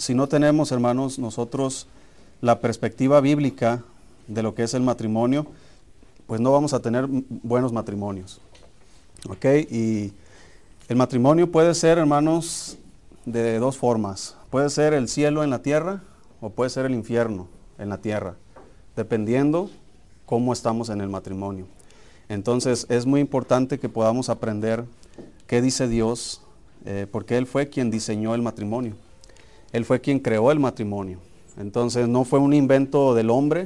si no tenemos, hermanos, nosotros la perspectiva bíblica de lo que es el matrimonio, pues no vamos a tener buenos matrimonios. ¿Ok? Y el matrimonio puede ser, hermanos, de dos formas. Puede ser el cielo en la tierra o puede ser el infierno en la tierra, dependiendo cómo estamos en el matrimonio. Entonces es muy importante que podamos aprender qué dice Dios, porque Él fue quien diseñó el matrimonio. Él fue quien creó el matrimonio. Entonces no fue un invento del hombre,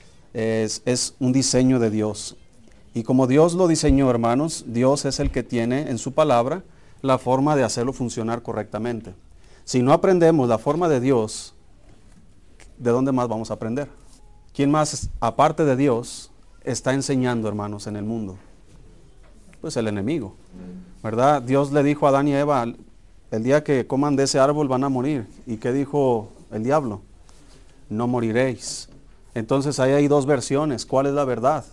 es un diseño de Dios. Y como Dios lo diseñó, hermanos, Dios es el que tiene en su palabra la forma de hacerlo funcionar correctamente. Si no aprendemos la forma de Dios, ¿de dónde más vamos a aprender? ¿Quién más, aparte de Dios, está enseñando, hermanos, en el mundo? Pues el enemigo, ¿verdad? Dios le dijo a Adán y a Eva, el día que coman de ese árbol van a morir. ¿Y qué dijo el diablo? No moriréis. Entonces ahí hay dos versiones. ¿Cuál es la verdad?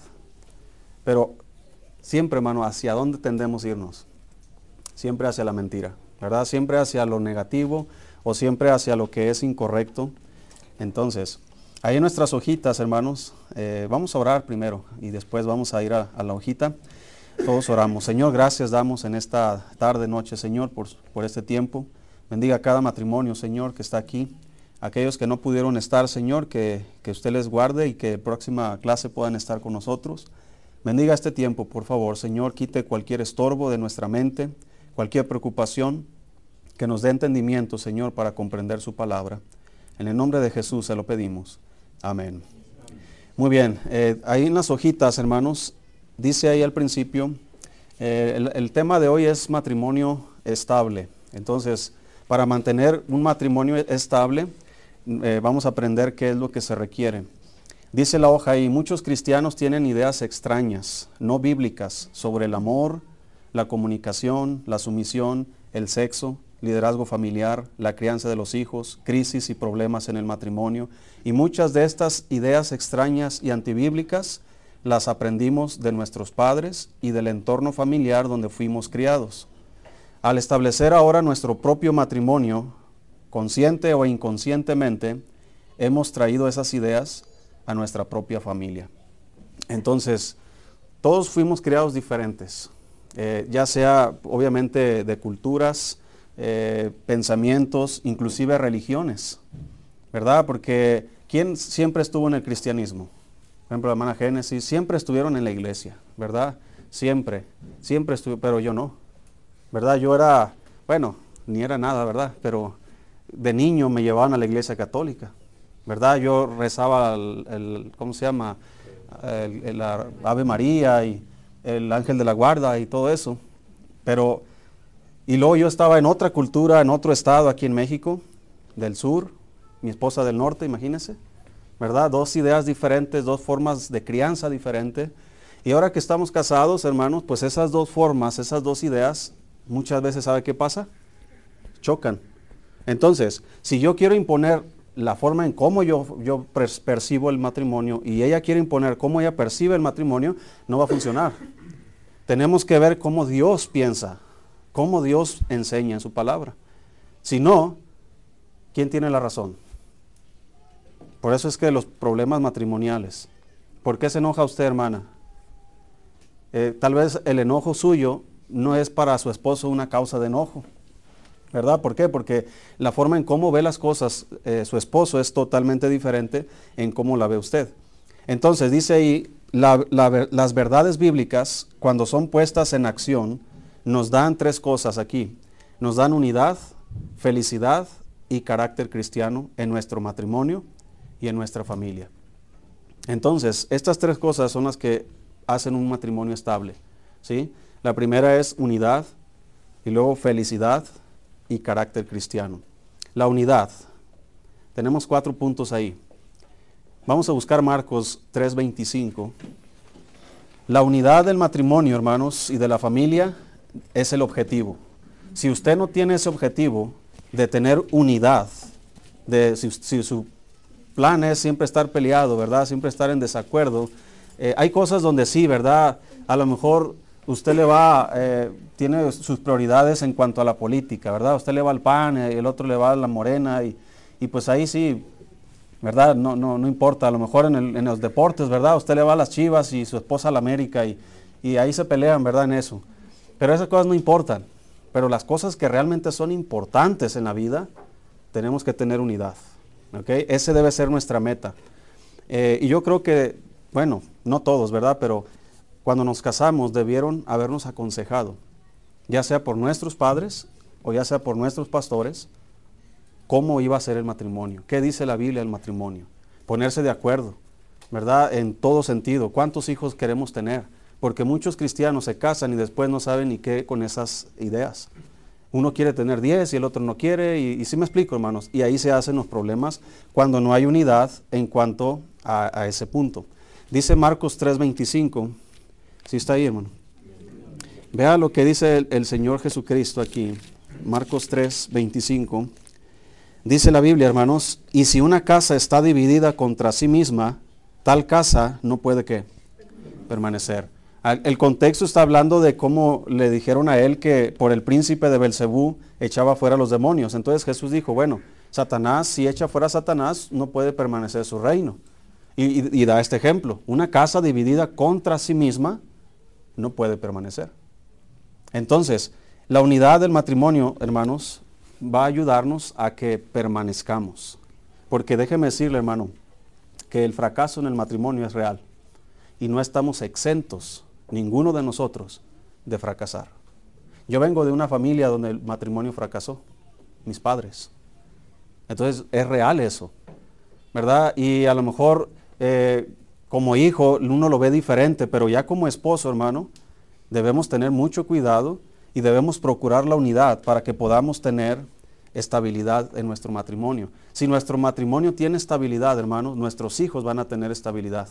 Pero siempre, hermano, ¿hacia dónde tendemos a irnos? Siempre hacia la mentira, ¿verdad? Siempre hacia lo negativo o siempre hacia lo que es incorrecto. Entonces, ahí en nuestras hojitas, hermanos, vamos a orar primero y después vamos a ir a la hojita. Todos oramos. Señor, gracias damos en esta tarde, noche, Señor, por este tiempo. Bendiga cada matrimonio, Señor, que está aquí. Aquellos que no pudieron estar, Señor, que usted les guarde y que próxima clase puedan estar con nosotros. Bendiga este tiempo, por favor, Señor, quite cualquier estorbo de nuestra mente, cualquier preocupación, que nos dé entendimiento, Señor, para comprender su palabra. En el nombre de Jesús se lo pedimos. Amén. Muy bien, ahí en las hojitas, hermanos, dice ahí al principio, el tema de hoy es matrimonio estable. Entonces, para mantener un matrimonio estable, vamos a aprender qué es lo que se requiere. Dice la hoja ahí, muchos cristianos tienen ideas extrañas, no bíblicas, sobre el amor, la comunicación, la sumisión, el sexo, liderazgo familiar, la crianza de los hijos, crisis y problemas en el matrimonio. Y muchas de estas ideas extrañas y antibíblicas las aprendimos de nuestros padres y del entorno familiar donde fuimos criados. Al establecer ahora nuestro propio matrimonio, consciente o inconscientemente, hemos traído esas ideas a nuestra propia familia. Entonces, todos fuimos criados diferentes, ya sea obviamente de culturas, pensamientos, inclusive religiones, ¿verdad? Porque ¿quién siempre estuvo en el cristianismo? Por ejemplo, la hermana Génesis, siempre estuvieron en la iglesia, ¿verdad? Siempre estuve, pero yo no, ¿verdad? Yo era, bueno, ni era nada, ¿verdad? Pero de niño me llevaban a la iglesia católica, ¿verdad? Yo rezaba ¿cómo se llama? La Ave María y el Ángel de la Guarda y todo eso. Pero, y luego yo estaba en otra cultura, en otro estado aquí en México, del sur, mi esposa del norte, imagínense, ¿verdad? Dos ideas diferentes, dos formas de crianza diferentes. Y ahora que estamos casados, hermanos, pues esas dos formas, esas dos ideas, muchas veces, ¿sabe qué pasa? Chocan. Entonces, si yo quiero imponer la forma en cómo yo percibo el matrimonio y ella quiere imponer cómo ella percibe el matrimonio, no va a funcionar. Tenemos que ver cómo Dios piensa, cómo Dios enseña en su palabra. Si no, ¿quién tiene la razón? Por eso es que los problemas matrimoniales. ¿Por qué se enoja usted, hermana? Tal vez el enojo suyo no es para su esposo una causa de enojo, ¿verdad? ¿Por qué? Porque la forma en cómo ve las cosas su esposo es totalmente diferente en cómo la ve usted. Entonces dice ahí, las verdades bíblicas, cuando son puestas en acción, nos dan tres cosas aquí. Nos dan unidad, felicidad y carácter cristiano en nuestro matrimonio y en nuestra familia. Entonces, estas tres cosas son las que hacen un matrimonio estable, ¿sí? La primera es unidad y luego felicidad y carácter cristiano. La unidad. Tenemos 4 puntos ahí. Vamos a buscar Marcos 3:25. La unidad del matrimonio, hermanos, y de la familia es el objetivo. Si usted no tiene ese objetivo de tener unidad, si su plan es siempre estar peleado, ¿verdad? Siempre estar en desacuerdo. Hay cosas donde sí, ¿verdad? A lo mejor usted tiene sus prioridades en cuanto a la política, ¿verdad? Usted le va al PAN y el otro le va a la Morena y y pues ahí sí, ¿verdad? No importa, a lo mejor en los deportes, ¿verdad? Usted le va a las Chivas y su esposa a la América y ahí se pelean, ¿verdad? En eso. Pero esas cosas no importan. Pero las cosas que realmente son importantes en la vida, tenemos que tener unidad. ¿Ok? Ese debe ser nuestra meta. Y yo creo que, bueno, no todos, ¿verdad? Pero cuando nos casamos debieron habernos aconsejado, ya sea por nuestros padres o ya sea por nuestros pastores, cómo iba a ser el matrimonio, qué dice la Biblia del matrimonio, ponerse de acuerdo, ¿verdad? En todo sentido, cuántos hijos queremos tener, porque muchos cristianos se casan y después no saben ni qué con esas ideas. Uno quiere tener 10 y el otro no quiere, y sí me explico, hermanos, y ahí se hacen los problemas cuando no hay unidad en cuanto a ese punto. Dice Marcos 3:25, ¿sí está ahí, hermano? Vea lo que dice el Señor Jesucristo aquí, Marcos 3:25. Dice la Biblia, hermanos, y si una casa está dividida contra sí misma, tal casa no puede, ¿qué? Permanecer. El contexto está hablando de cómo le dijeron a él que por el príncipe de Belcebú echaba fuera a los demonios. Entonces Jesús dijo, bueno, Satanás, si echa fuera a Satanás, no puede permanecer su reino. Y da este ejemplo, una casa dividida contra sí misma no puede permanecer. Entonces, la unidad del matrimonio, hermanos, va a ayudarnos a que permanezcamos. Porque déjeme decirle, hermano, que el fracaso en el matrimonio es real. Y no estamos exentos, ninguno de nosotros, de fracasar. Yo vengo de una familia donde el matrimonio fracasó, mis padres. Entonces, es real eso, ¿verdad? Y a lo mejor, como hijo, uno lo ve diferente, pero ya como esposo, hermano, debemos tener mucho cuidado y debemos procurar la unidad para que podamos tener estabilidad en nuestro matrimonio. Si nuestro matrimonio tiene estabilidad, hermano, nuestros hijos van a tener estabilidad.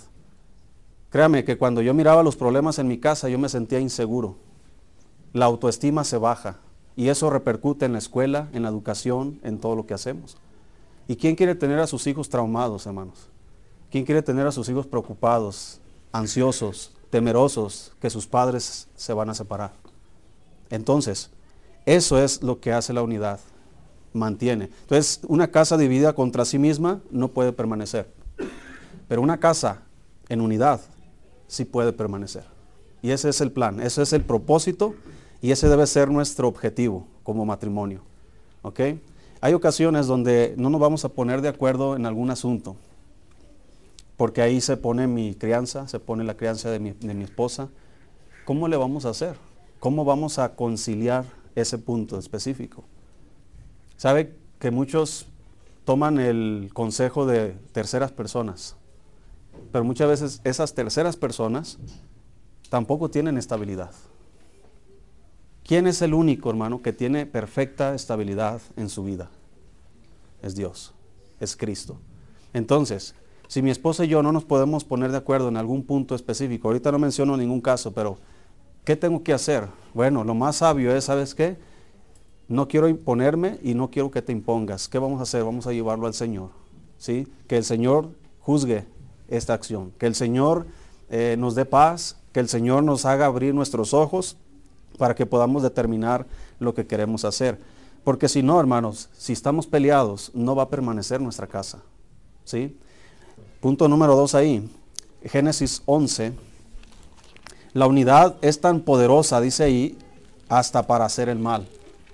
Créame que cuando yo miraba los problemas en mi casa, yo me sentía inseguro. La autoestima se baja y eso repercute en la escuela, en la educación, en todo lo que hacemos. ¿Y quién quiere tener a sus hijos traumados, hermanos? ¿Quién quiere tener a sus hijos preocupados, ansiosos, temerosos que sus padres se van a separar? Entonces, eso es lo que hace la unidad, mantiene. Entonces, una casa dividida contra sí misma no puede permanecer, pero una casa en unidad sí puede permanecer. Y ese es el plan, ese es el propósito y ese debe ser nuestro objetivo como matrimonio. ¿Ok? Hay ocasiones donde no nos vamos a poner de acuerdo en algún asunto, porque ahí se pone mi crianza, se pone la crianza de mi esposa. ¿Cómo le vamos a hacer? ¿Cómo vamos a conciliar ese punto específico? ¿Sabe que muchos toman el consejo de terceras personas? Pero muchas veces esas terceras personas tampoco tienen estabilidad. ¿Quién es el único, hermano, que tiene perfecta estabilidad en su vida? Es Dios, es Cristo. Entonces, si mi esposa y yo no nos podemos poner de acuerdo en algún punto específico, ahorita no menciono ningún caso, pero ¿qué tengo que hacer? Bueno, lo más sabio es, ¿sabes qué? No quiero imponerme y no quiero que te impongas. ¿Qué vamos a hacer? Vamos a llevarlo al Señor, ¿sí? Que el Señor juzgue esta acción, que el Señor nos dé paz, que el Señor nos haga abrir nuestros ojos para que podamos determinar lo que queremos hacer. Porque si no, hermanos, si estamos peleados, no va a permanecer nuestra casa, ¿sí? Punto número 2 ahí, Génesis 11. La unidad es tan poderosa, dice ahí, hasta para hacer el mal.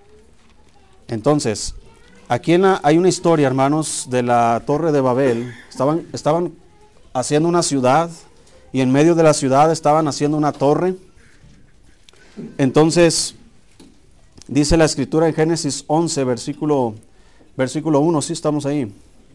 Entonces, aquí hay una historia, hermanos, de la Torre de Babel. Estaban haciendo una ciudad y en medio de la ciudad estaban haciendo una torre. Entonces, dice la Escritura en Génesis 11, versículo 1, sí estamos ahí.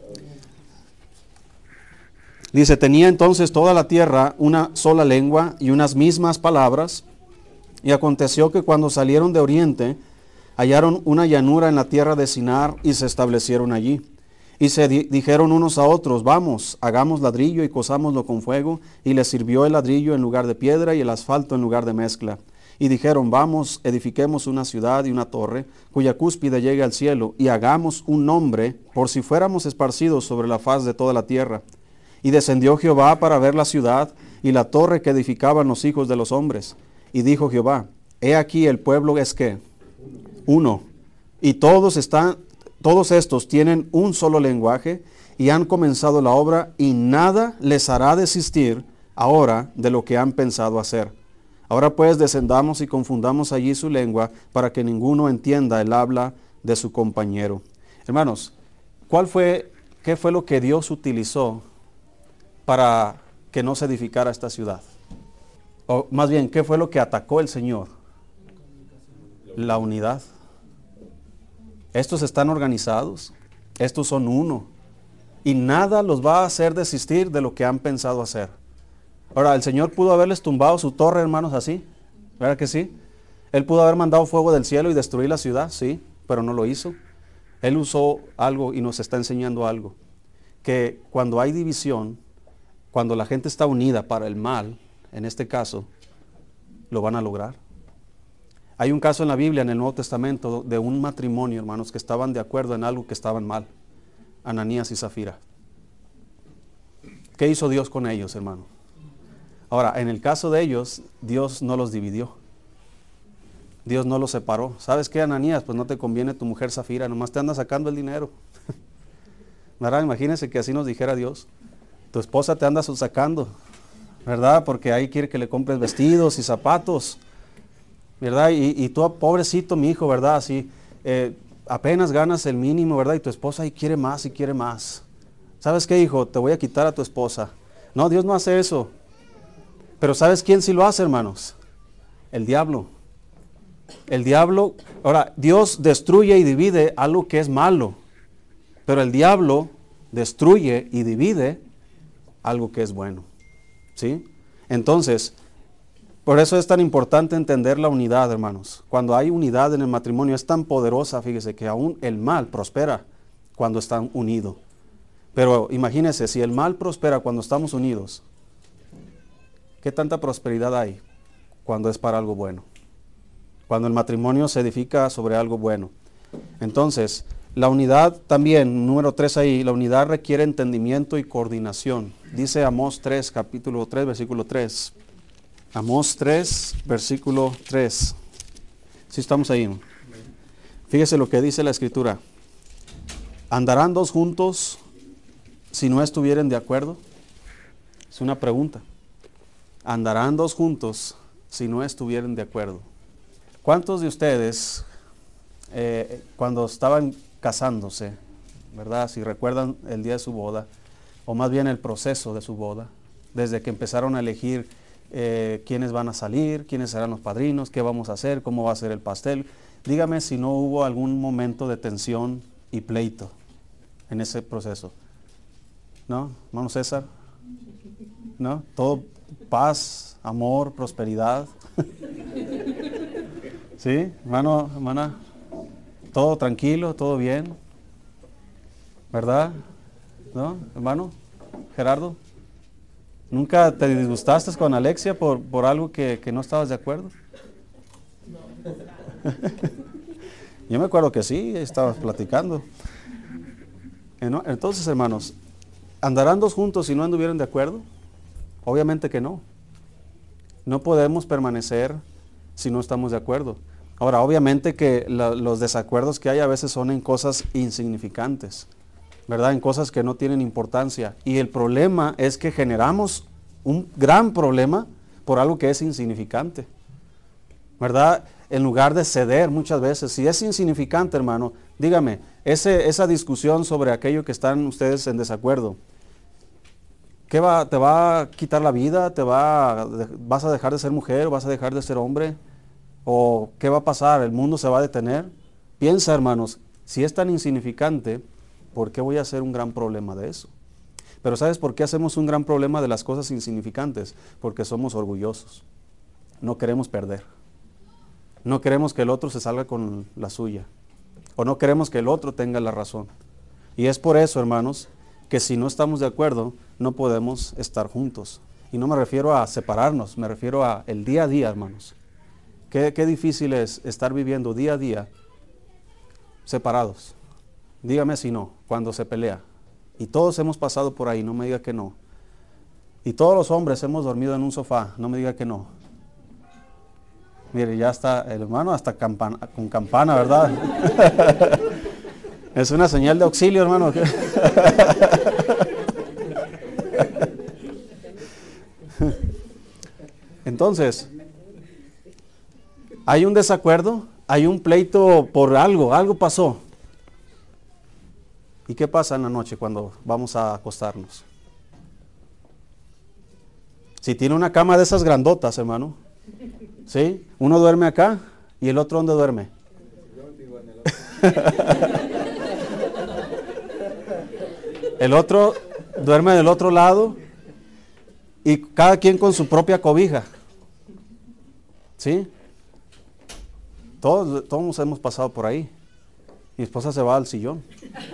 Dice, tenía entonces toda la tierra una sola lengua y unas mismas palabras, y aconteció que cuando salieron de oriente, hallaron una llanura en la tierra de Sinar y se establecieron allí. Y se dijeron unos a otros, vamos, hagamos ladrillo y cosámoslo con fuego, y les sirvió el ladrillo en lugar de piedra y el asfalto en lugar de mezcla. Y dijeron, vamos, edifiquemos una ciudad y una torre, cuya cúspide llegue al cielo, y hagamos un nombre, por si fuéramos esparcidos sobre la faz de toda la tierra. Y descendió Jehová para ver la ciudad y la torre que edificaban los hijos de los hombres. Y dijo Jehová, he aquí el pueblo es que uno, y todos están todos estos tienen un solo lenguaje y han comenzado la obra y nada les hará desistir ahora de lo que han pensado hacer. Ahora pues descendamos y confundamos allí su lengua para que ninguno entienda el habla de su compañero. Hermanos, ¿qué fue lo que Dios utilizó para que no se edificara esta ciudad? O más bien, ¿qué fue lo que atacó el Señor? La unidad. Estos están organizados, estos son uno, y nada los va a hacer desistir de lo que han pensado hacer. Ahora, el Señor pudo haberles tumbado su torre, hermanos, así, ¿verdad que sí? Él pudo haber mandado fuego del cielo y destruir la ciudad, sí, pero no lo hizo. Él usó algo y nos está enseñando algo, que cuando hay división, cuando la gente está unida para el mal, en este caso, lo van a lograr. Hay un caso en la Biblia, en el Nuevo Testamento, de un matrimonio, hermanos, que estaban de acuerdo en algo que estaban mal. Ananías y Zafira. ¿Qué hizo Dios con ellos, hermano? Ahora, en el caso de ellos, Dios no los dividió. Dios no los separó. ¿Sabes qué, Ananías? Pues no te conviene tu mujer Zafira, nomás te anda sacando el dinero. ¿Verdad? Imagínense que así nos dijera Dios. Tu esposa te anda sacando, ¿verdad? Porque ahí quiere que le compres vestidos y zapatos, ¿verdad? Y tú, pobrecito mi hijo, ¿verdad? Así, apenas ganas el mínimo, ¿verdad? Y tu esposa ahí quiere más y quiere más. ¿Sabes qué, hijo? Te voy a quitar a tu esposa. No, Dios no hace eso. Pero ¿sabes quién sí lo hace, hermanos? El diablo. El diablo, ahora, Dios destruye y divide algo que es malo, pero el diablo destruye y divide algo que es bueno, ¿sí? Entonces, por eso es tan importante entender la unidad, hermanos. Cuando hay unidad en el matrimonio es tan poderosa, fíjese, que aún el mal prospera cuando están unidos. Pero imagínense, si el mal prospera cuando estamos unidos, ¿qué tanta prosperidad hay cuando es para algo bueno? Cuando el matrimonio se edifica sobre algo bueno. Entonces, la unidad también, número 3 ahí, la unidad requiere entendimiento y coordinación. Dice Amós 3, capítulo 3, versículo 3. Amós 3, versículo 3. Sí estamos ahí. Fíjese lo que dice la Escritura. ¿Andarán dos juntos si no estuvieren de acuerdo? Es una pregunta. ¿Andarán dos juntos si no estuvieran de acuerdo? ¿Cuántos de ustedes, cuando estaban casándose, ¿verdad? Si recuerdan el día de su boda, o más bien el proceso de su boda, desde que empezaron a elegir quiénes van a salir, quiénes serán los padrinos, qué vamos a hacer, cómo va a ser el pastel, dígame si no hubo algún momento de tensión y pleito en ese proceso. ¿No, hermano César? ¿No? Todo paz, amor, prosperidad. ¿Sí, hermano, hermana? Todo tranquilo, todo bien, ¿verdad? ¿No, hermano Gerardo? ¿Nunca te disgustaste con Alexia por algo que no estabas de acuerdo? Yo me acuerdo que sí, estabas platicando. Entonces, hermanos, ¿andarán dos juntos si no anduvieran de acuerdo? Obviamente que no. No podemos permanecer si no estamos de acuerdo. Ahora, obviamente que los desacuerdos que hay a veces son en cosas insignificantes, ¿verdad? En cosas que no tienen importancia. Y el problema es que generamos un gran problema por algo que es insignificante, ¿verdad? En lugar de ceder muchas veces. Si es insignificante, hermano, dígame, esa discusión sobre aquello que están ustedes en desacuerdo, ¿te va a quitar la vida? ¿Vas a dejar de ser mujer? ¿Vas a dejar de ser hombre? ¿O qué va a pasar? ¿El mundo se va a detener? Piensa, hermanos, si es tan insignificante, ¿por qué voy a hacer un gran problema de eso? Pero ¿sabes por qué hacemos un gran problema de las cosas insignificantes? Porque somos orgullosos. No queremos perder. No queremos que el otro se salga con la suya. O no queremos que el otro tenga la razón. Y es por eso, hermanos, que si no estamos de acuerdo, no podemos estar juntos. Y no me refiero a separarnos, me refiero a el día a día, hermanos. Qué difícil es estar viviendo día a día separados. Dígame si no, cuando se pelea. Y todos hemos pasado por ahí, no me diga que no. Y todos los hombres hemos dormido en un sofá, no me diga que no. Mire, ya está el hermano hasta con campana, ¿verdad? Es una señal de auxilio, hermano. Entonces, hay un desacuerdo, hay un pleito por algo pasó. ¿Y qué pasa en la noche cuando vamos a acostarnos? Si tiene una cama de esas grandotas, hermano, ¿sí? Uno duerme acá y el otro ¿dónde duerme? El otro duerme del otro lado y cada quien con su propia cobija. ¿Sí? Todos hemos pasado por ahí. Mi esposa se va al sillón.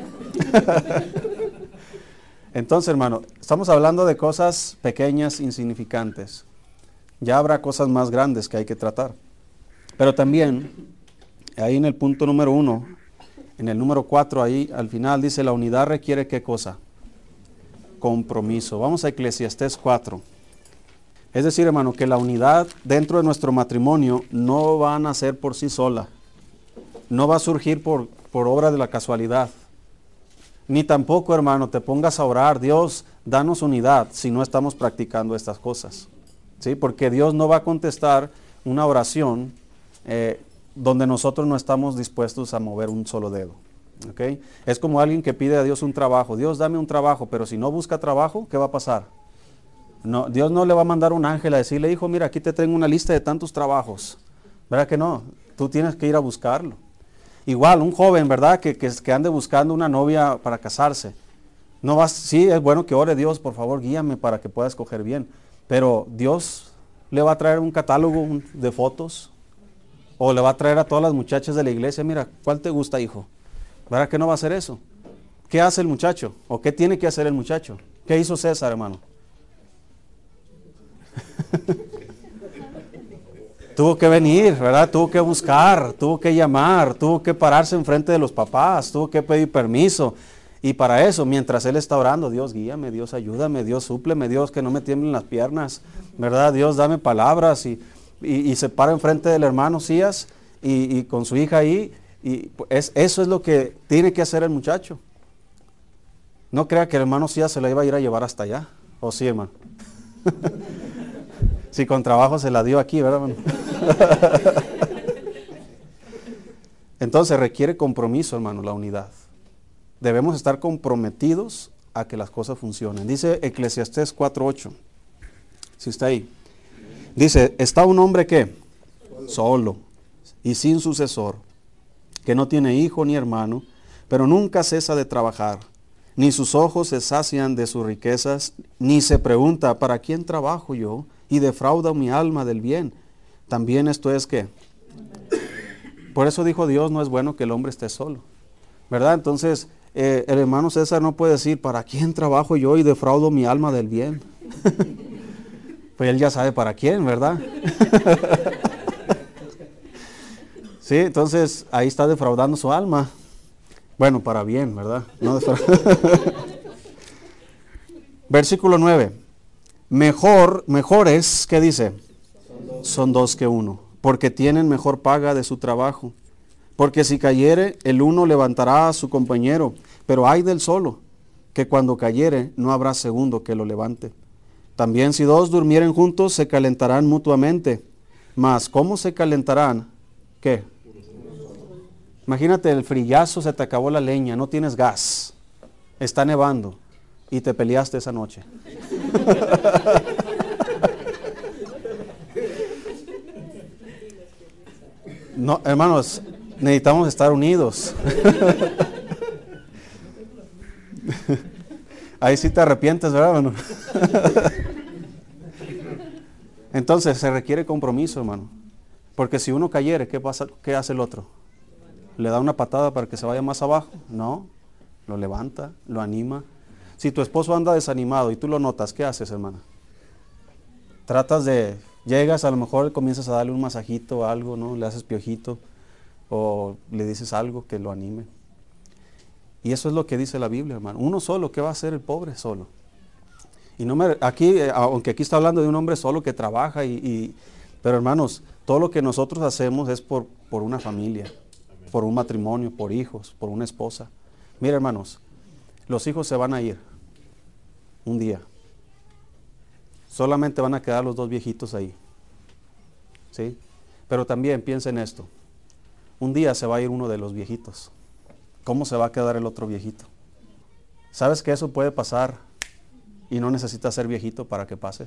Entonces, hermano, estamos hablando de cosas pequeñas, insignificantes. Ya habrá cosas más grandes que hay que tratar. Pero también, ahí en el punto número 1, en el número 4, ahí al final dice, la unidad requiere ¿qué cosa? Compromiso. Vamos a Eclesiastés 4. Es decir, hermano, que la unidad dentro de nuestro matrimonio no va a nacer por sí sola. No va a surgir por obra de la casualidad. Ni tampoco, hermano, te pongas a orar, Dios, danos unidad, si no estamos practicando estas cosas. ¿Sí? Porque Dios no va a contestar una oración donde nosotros no estamos dispuestos a mover un solo dedo. ¿Okay? Es como alguien que pide a Dios un trabajo. Dios, dame un trabajo, pero si no busca trabajo, ¿qué va a pasar? No, Dios no le va a mandar un ángel a decirle, hijo, mira, aquí te tengo una lista de tantos trabajos. ¿Verdad que no? Tú tienes que ir a buscarlo. Igual, un joven, ¿verdad? Que ande buscando una novia para casarse. No vas, sí, es bueno que ore, Dios, por favor, guíame para que pueda escoger bien. Pero Dios le va a traer un catálogo de fotos. O le va a traer a todas las muchachas de la iglesia, mira, ¿cuál te gusta, hijo? ¿Verdad que no va a hacer eso? ¿Qué hace el muchacho? ¿O qué tiene que hacer el muchacho? ¿Qué hizo César, hermano? Tuvo que venir, ¿verdad? Tuvo que buscar, tuvo que llamar, tuvo que pararse enfrente de los papás, tuvo que pedir permiso. Y para eso, mientras él está orando, Dios guíame, Dios ayúdame, Dios súpleme, Dios que no me tiemblen las piernas, ¿verdad? Dios dame palabras y se para enfrente del hermano Cías y con su hija ahí. Y eso es lo que tiene que hacer el muchacho. No crea que el hermano Cías se la iba a ir a llevar hasta allá. ¿O sí, hermano? Si con trabajo se la dio aquí, ¿verdad, hermano? Entonces requiere compromiso, hermano, la unidad. Debemos estar comprometidos a que las cosas funcionen. Dice Eclesiastés 4:8. Si está ahí. Dice, está un hombre ¿qué? Solo y sin sucesor, que no tiene hijo ni hermano, pero nunca cesa de trabajar, ni sus ojos se sacian de sus riquezas, ni se pregunta, ¿para quién trabajo yo? Y defrauda mi alma del bien. También esto es que, por eso dijo Dios, no es bueno que el hombre esté solo, ¿verdad? Entonces, el hermano César no puede decir, ¿para quién trabajo yo y defraudo mi alma del bien? Pues él ya sabe para quién, ¿verdad? Sí, entonces ahí está defraudando su alma. Bueno, para bien, ¿verdad? No Versículo 9. Mejores, ¿qué dice? Son dos que uno, porque tienen mejor paga de su trabajo. Porque si cayere, el uno levantará a su compañero, pero ay del solo, que cuando cayere no habrá segundo que lo levante. También si dos durmieren juntos, se calentarán mutuamente. Mas, ¿cómo se calentarán? ¿Qué? Imagínate el frillazo, se te acabó la leña, no tienes gas, está nevando y te peleaste esa noche. No, hermanos, necesitamos estar unidos. Ahí sí te arrepientes, ¿verdad, hermano? Entonces se requiere compromiso, hermano. Porque si uno cayere, ¿qué pasa? ¿Qué hace el otro? ¿Le da una patada para que se vaya más abajo? No, lo levanta, lo anima. Si tu esposo anda desanimado y tú lo notas, ¿qué haces, hermana? Llegas, a lo mejor comienzas a darle un masajito o algo, ¿no? Le haces piojito o le dices algo que lo anime. Y eso es lo que dice la Biblia, hermano. Uno solo, ¿qué va a hacer el pobre solo? Y aunque aquí está hablando de un hombre solo que trabaja, pero hermanos, todo lo que nosotros hacemos es por una familia, por un matrimonio, por hijos, por una esposa. Mira, hermanos, los hijos se van a ir un día. Solamente van a quedar los dos viejitos ahí. ¿Sí? Pero también piensa en esto. Un día se va a ir uno de los viejitos. ¿Cómo se va a quedar el otro viejito? ¿Sabes que eso puede pasar y no necesita ser viejito para que pase?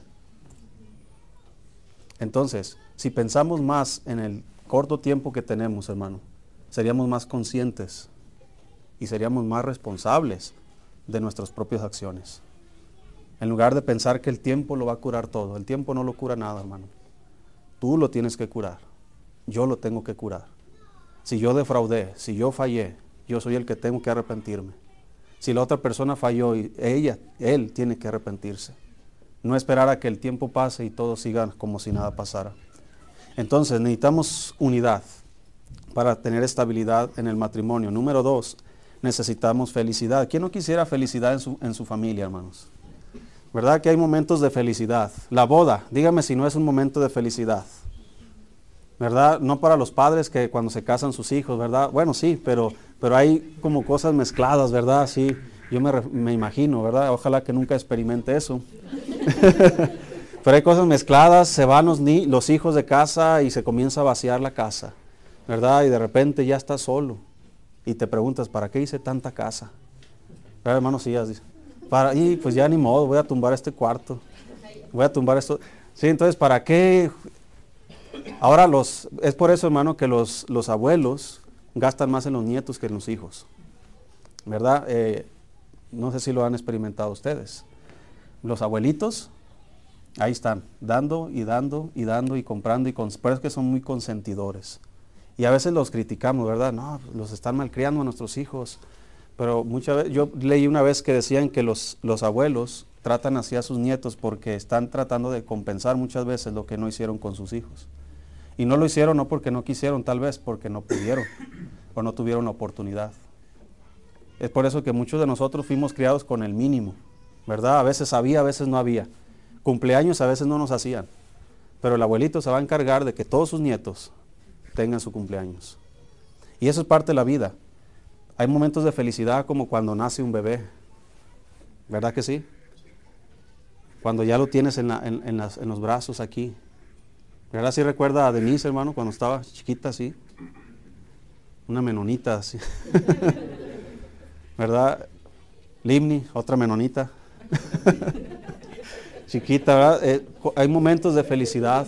Entonces, si pensamos más en el corto tiempo que tenemos, hermano, seríamos más conscientes y seríamos más responsables de nuestras propias acciones. En lugar de pensar que el tiempo lo va a curar todo. El tiempo no lo cura nada, hermano. Tú lo tienes que curar. Yo lo tengo que curar. Si yo defraudé, si yo fallé, yo soy el que tengo que arrepentirme. Si la otra persona falló, él tiene que arrepentirse. No esperar a que el tiempo pase y todo siga como si nada pasara. Entonces necesitamos unidad para tener estabilidad en el matrimonio. Número 2, necesitamos felicidad. ¿Quién no quisiera felicidad en su familia, hermanos? ¿Verdad que hay momentos de felicidad? La boda, dígame si no es un momento de felicidad. ¿Verdad? No para los padres que cuando se casan sus hijos, ¿verdad? Bueno, sí, pero hay como cosas mezcladas, ¿verdad? Sí, yo me imagino, ¿verdad? Ojalá que nunca experimente eso. Pero hay cosas mezcladas, se van los hijos de casa y se comienza a vaciar la casa, ¿verdad? Y de repente ya estás solo y te preguntas, ¿para qué hice tanta casa? ¿Verdad, hermano? Sí, así. Y pues ya ni modo, voy a tumbar este cuarto, voy a tumbar esto. Sí, entonces, ¿para qué? Ahora es por eso, hermano, que los abuelos gastan más en los nietos que en los hijos, ¿verdad? No sé si lo han experimentado ustedes. Los abuelitos, ahí están, dando y dando y dando y comprando, pero es que son muy consentidores. Y a veces los criticamos, ¿verdad? No, los están malcriando a nuestros hijos. Pero muchas veces, yo leí una vez que decían que los abuelos tratan así a sus nietos porque están tratando de compensar muchas veces lo que no hicieron con sus hijos. Y no lo hicieron no porque no quisieron, tal vez porque no pudieron o no tuvieron la oportunidad. Es por eso que muchos de nosotros fuimos criados con el mínimo, ¿verdad? A veces había, a veces no había. Cumpleaños a veces no nos hacían. Pero el abuelito se va a encargar de que todos sus nietos tengan su cumpleaños. Y eso es parte de la vida. Hay momentos de felicidad como cuando nace un bebé, ¿verdad que sí? Cuando ya lo tienes en los brazos aquí. ¿Verdad? ¿Sí recuerda a Denise, hermano, cuando estaba chiquita así? Una menonita así. ¿Verdad? Limni, otra menonita. Chiquita, ¿verdad? Hay momentos de felicidad.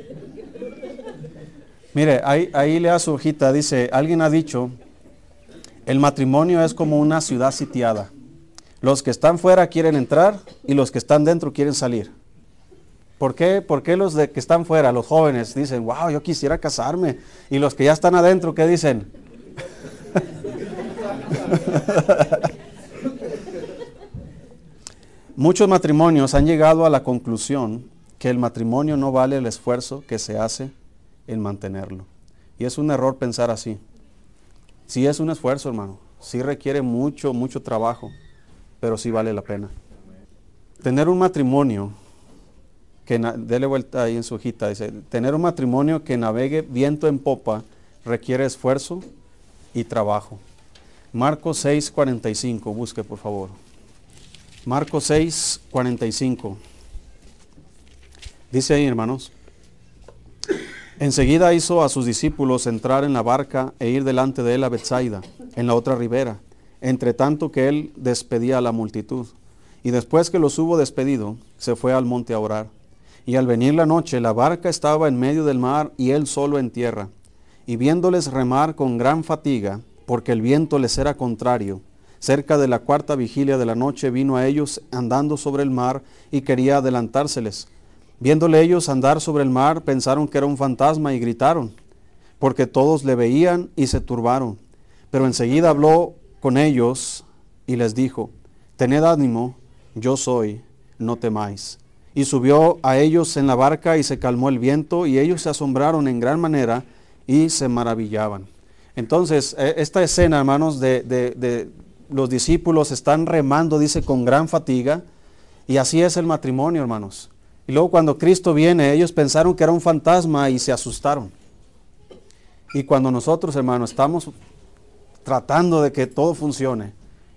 Mire, ahí lea su hojita, dice, alguien ha dicho, el matrimonio es como una ciudad sitiada. Los que están fuera quieren entrar y los que están dentro quieren salir. ¿Por qué? ¿Por qué los que están fuera, los jóvenes, dicen, wow, yo quisiera casarme? Y los que ya están adentro, ¿qué dicen? Muchos matrimonios han llegado a la conclusión que el matrimonio no vale el esfuerzo que se hace en mantenerlo. Y es un error pensar así. Sí es un esfuerzo, hermano. Sí requiere mucho, mucho trabajo, pero sí vale la pena. Tener un matrimonio dele vuelta ahí en su hojita, dice, tener un matrimonio que navegue viento en popa requiere esfuerzo y trabajo. Marcos 6:45, busque por favor. Marcos 6:45. Dice ahí, hermanos, enseguida hizo a sus discípulos entrar en la barca e ir delante de él a Betsaida, en la otra ribera, entre tanto que él despedía a la multitud. Y después que los hubo despedido, se fue al monte a orar. Y al venir la noche, la barca estaba en medio del mar y él solo en tierra. Y viéndoles remar con gran fatiga, porque el viento les era contrario, cerca de la 4ª vigilia de la noche vino a ellos andando sobre el mar y quería adelantárseles. Viéndole ellos andar sobre el mar, pensaron que era un fantasma y gritaron, porque todos le veían y se turbaron. Pero enseguida habló con ellos y les dijo, tened ánimo, yo soy, no temáis. Y subió a ellos en la barca y se calmó el viento, y ellos se asombraron en gran manera y se maravillaban. Entonces, esta escena, hermanos, de los discípulos están remando, dice, con gran fatiga, y así es el matrimonio, hermanos. Y luego cuando Cristo viene, ellos pensaron que era un fantasma y se asustaron. Y cuando nosotros, hermanos, estamos tratando de que todo funcione,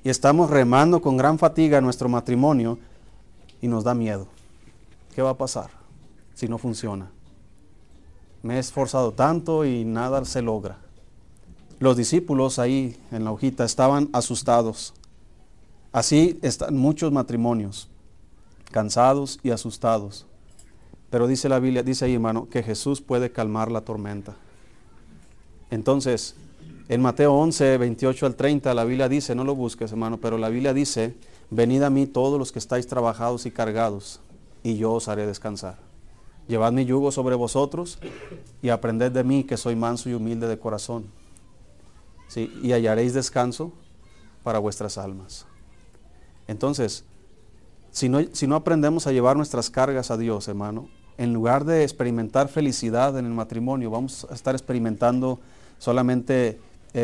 y estamos remando con gran fatiga nuestro matrimonio y nos da miedo. ¿Qué va a pasar si no funciona? Me he esforzado tanto y nada se logra. Los discípulos ahí en la hojita estaban asustados. Así están muchos matrimonios, cansados y asustados. Pero dice la Biblia, dice ahí, hermano, que Jesús puede calmar la tormenta. Entonces, en Mateo 11, 28 al 30, la Biblia dice, no lo busques, hermano, pero la Biblia dice, venid a mí todos los que estáis trabajados y cargados, y yo os haré descansar. Llevad mi yugo sobre vosotros y aprended de mí, que soy manso y humilde de corazón. ¿Sí? Y hallaréis descanso para vuestras almas. Entonces, si no aprendemos a llevar nuestras cargas a Dios, hermano, en lugar de experimentar felicidad en el matrimonio, vamos a estar experimentando solamente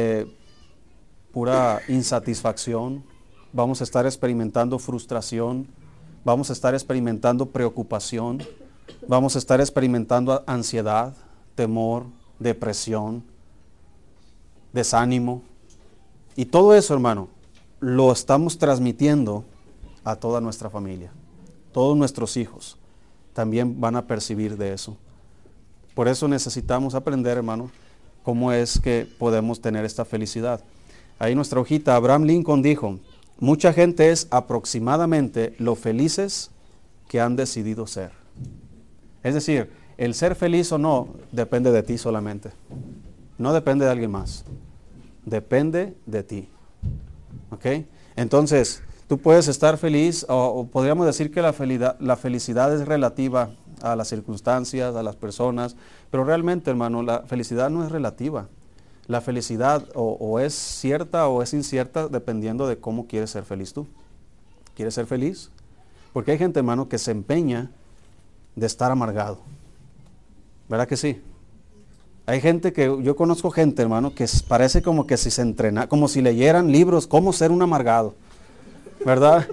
pura insatisfacción, vamos a estar experimentando frustración, vamos a estar experimentando preocupación, vamos a estar experimentando ansiedad, temor, depresión, desánimo. Y todo eso, hermano, lo estamos transmitiendo a toda nuestra familia. Todos nuestros hijos también van a percibir de eso. Por eso necesitamos aprender, hermano, cómo es que podemos tener esta felicidad. Ahí nuestra hojita, Abraham Lincoln dijo, mucha gente es aproximadamente lo felices que han decidido ser. Es decir, el ser feliz o no depende de ti solamente. No depende de alguien más. Depende de ti. ¿Ok? Entonces, tú puedes estar feliz o podríamos decir que la felicidad es relativa a las circunstancias, a las personas, pero realmente, hermano, la felicidad no es relativa. La felicidad o es cierta o es incierta dependiendo de cómo quieres ser feliz tú. ¿Quieres ser feliz? Porque hay gente, hermano, que se empeña de estar amargado. ¿Verdad que sí? Hay gente yo conozco gente, hermano, que parece como que si se entrena, como si leyeran libros, cómo ser un amargado. ¿Verdad?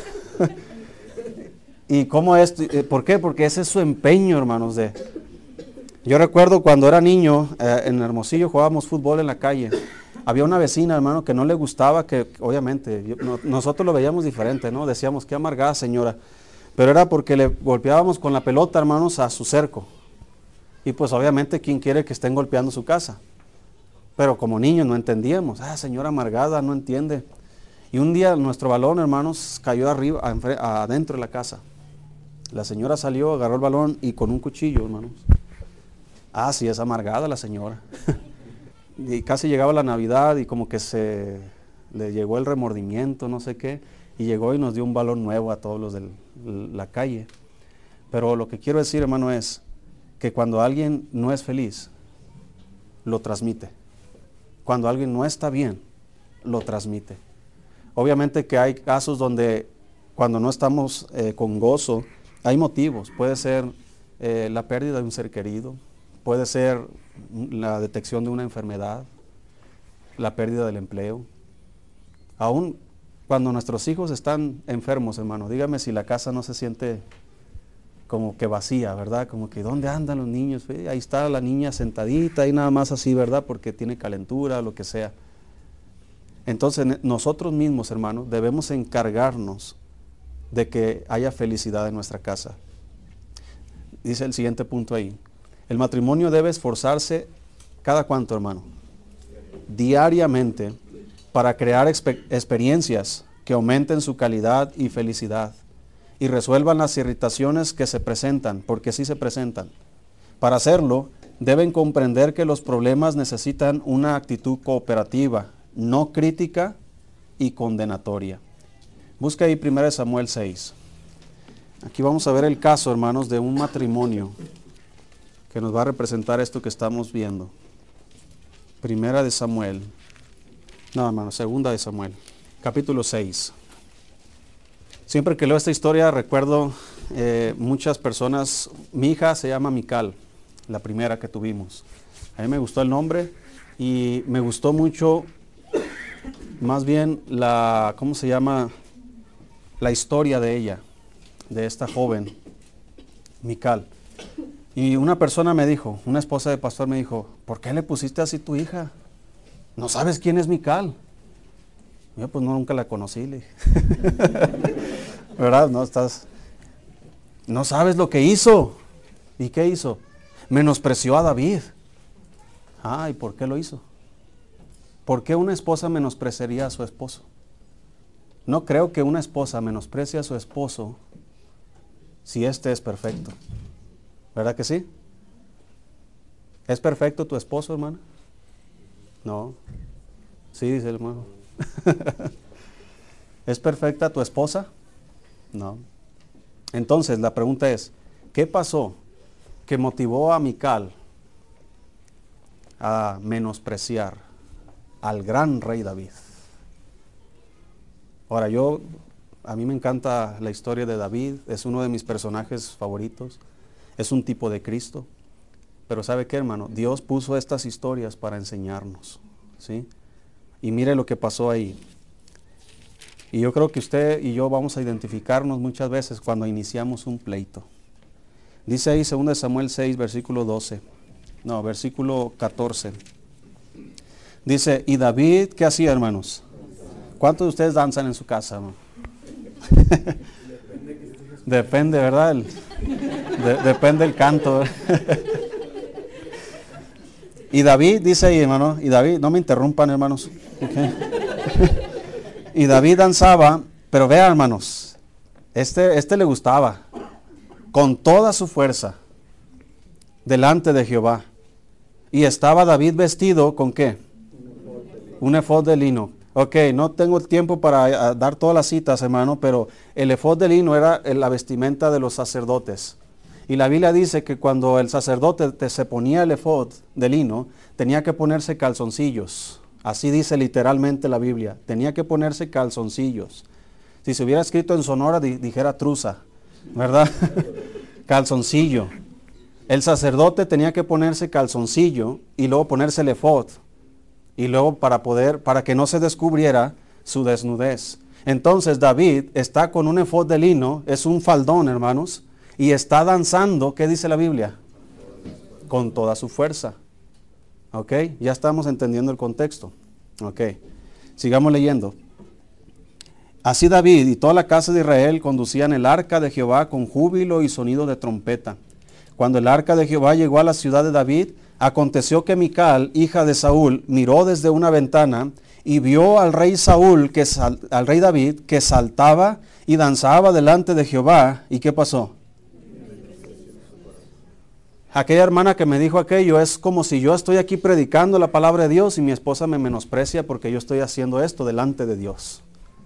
¿Y cómo es? ¿Por qué? Porque ese es su empeño, hermanos. Yo recuerdo cuando era niño, en Hermosillo jugábamos fútbol en la calle. Había una vecina, hermano, que no le gustaba, que obviamente nosotros lo veíamos diferente, ¿no? Decíamos, qué amargada señora. Pero era porque le golpeábamos con la pelota, hermanos, a su cerco. Y pues obviamente, ¿quién quiere que estén golpeando su casa? Pero como niños no entendíamos. Señora amargada, no entiende. Y un día nuestro balón, hermanos, cayó adentro de la casa. La señora salió, agarró el balón y con un cuchillo, hermanos. Sí, es amargada la señora. Y casi llegaba la Navidad y como que le llegó el remordimiento, no sé qué, y llegó y nos dio un balón nuevo a todos los de la calle. Pero lo que quiero decir, hermano, es que cuando alguien no es feliz, lo transmite. Cuando alguien no está bien, lo transmite. Obviamente que hay casos donde cuando no estamos con gozo, hay motivos. Puede ser la pérdida de un ser querido, puede ser la detección de una enfermedad, la pérdida del empleo. Aún cuando nuestros hijos están enfermos, hermano, dígame si la casa no se siente como que vacía, ¿verdad? Como que ¿dónde andan los niños? Ahí está la niña sentadita y nada más así, ¿verdad? Porque tiene calentura, lo que sea. Entonces nosotros mismos, hermanos, debemos encargarnos de que haya felicidad en nuestra casa. Dice el siguiente punto ahí. El matrimonio debe esforzarse cada cuánto, hermano, diariamente, para crear experiencias que aumenten su calidad y felicidad y resuelvan las irritaciones que se presentan, porque sí se presentan. Para hacerlo, deben comprender que los problemas necesitan una actitud cooperativa, no crítica y condenatoria. Busca ahí 1 Samuel 6. Aquí vamos a ver el caso, hermanos, de un matrimonio que nos va a representar esto que estamos viendo. 2 Samuel, capítulo 6. Siempre que leo esta historia recuerdo muchas personas. Mi hija se llama Mical, la primera que tuvimos. A mí me gustó el nombre y me gustó mucho, más bien la historia de ella, de esta joven, Mical. Y una persona me dijo, una esposa de pastor me dijo, ¿por qué le pusiste así tu hija? ¿No sabes quién es Mical? Yo pues no, nunca la conocí, le dije. ¿Verdad? No sabes lo que hizo. ¿Y qué hizo? Menospreció a David. ¿Y por qué lo hizo? ¿Por qué una esposa menospreciaría a su esposo? No creo que una esposa menosprecie a su esposo si éste es perfecto. ¿Verdad que sí? ¿Es perfecto tu esposo, hermano? No. Sí, dice el hermano. ¿Es perfecta tu esposa? No. Entonces, la pregunta es, ¿qué pasó que motivó a Mical a menospreciar al gran rey David? Ahora, a mí me encanta la historia de David, es uno de mis personajes favoritos, es un tipo de Cristo, pero ¿sabe qué, hermano? Dios puso estas historias para enseñarnos, ¿sí? Y mire lo que pasó ahí. Y yo creo que usted y yo vamos a identificarnos muchas veces cuando iniciamos un pleito. Dice ahí 2 Samuel 6, versículo 14. Dice, y David, ¿qué hacía, hermanos? ¿Cuántos de ustedes danzan en su casa, hermano? Depende, ¿verdad? Depende el canto. Y David, dice ahí, hermano, y David, no me interrumpan, hermanos. Okay. Y David danzaba, pero vean, hermanos, este le gustaba, con toda su fuerza, delante de Jehová. Y estaba David vestido, ¿con qué? Un efod de lino. Ok, no tengo tiempo para dar todas las citas, hermano, pero el efod de lino era la vestimenta de los sacerdotes. Y la Biblia dice que cuando el sacerdote se ponía el efod de lino, tenía que ponerse calzoncillos. Así dice literalmente la Biblia. Tenía que ponerse calzoncillos. Si se hubiera escrito en Sonora, dijera truza, ¿verdad? Calzoncillo. El sacerdote tenía que ponerse calzoncillo y luego ponerse el efod. Y luego para que no se descubriera su desnudez. Entonces David está con un efod de lino, es un faldón, hermanos, y está danzando, ¿qué dice la Biblia? Con toda su fuerza. ¿Ok? Ya estamos entendiendo el contexto. ¿Ok? Sigamos leyendo. Así David y toda la casa de Israel conducían el arca de Jehová con júbilo y sonido de trompeta. Cuando el arca de Jehová llegó a la ciudad de David, aconteció que Mical, hija de Saúl, miró desde una ventana y vio al rey al rey David, que saltaba y danzaba delante de Jehová. ¿Y qué pasó? Aquella hermana que me dijo aquello es como si yo estoy aquí predicando la palabra de Dios y mi esposa me menosprecia porque yo estoy haciendo esto delante de Dios.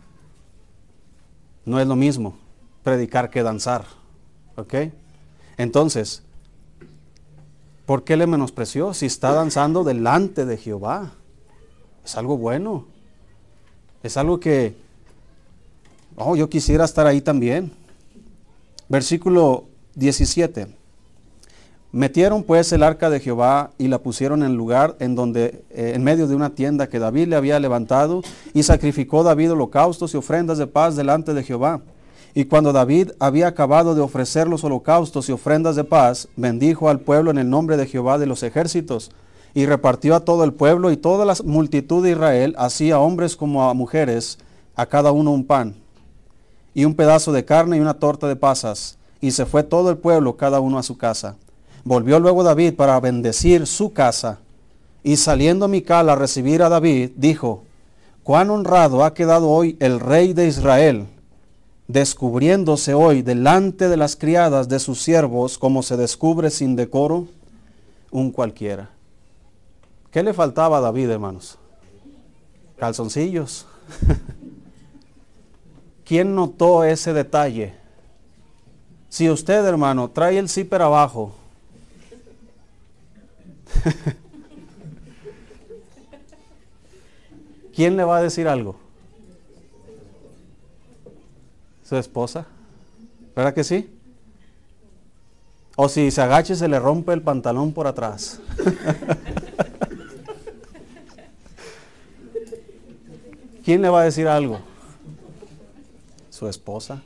No es lo mismo predicar que danzar. ¿Ok? Entonces, ¿por qué le menospreció? Si está danzando delante de Jehová. Es algo bueno. Es algo que, yo quisiera estar ahí también. Versículo 17. Metieron pues el arca de Jehová y la pusieron en el lugar en medio de una tienda que David le había levantado, y sacrificó David holocaustos y ofrendas de paz delante de Jehová. Y cuando David había acabado de ofrecer los holocaustos y ofrendas de paz, bendijo al pueblo en el nombre de Jehová de los ejércitos, y repartió a todo el pueblo y toda la multitud de Israel, así a hombres como a mujeres, a cada uno un pan, y un pedazo de carne y una torta de pasas, y se fue todo el pueblo, cada uno a su casa. Volvió luego David para bendecir su casa, y saliendo Mical a recibir a David, dijo, cuán honrado ha quedado hoy el rey de Israel, descubriéndose hoy delante de las criadas de sus siervos, como se descubre sin decoro un cualquiera. ¿Qué le faltaba a David, hermanos? Calzoncillos. ¿Quién notó ese detalle? Si usted, hermano, trae el zipper abajo, ¿quién le va a decir algo? ¿Su esposa? ¿Verdad que sí? O si se agacha y se le rompe el pantalón por atrás. ¿Quién le va a decir algo? Su esposa.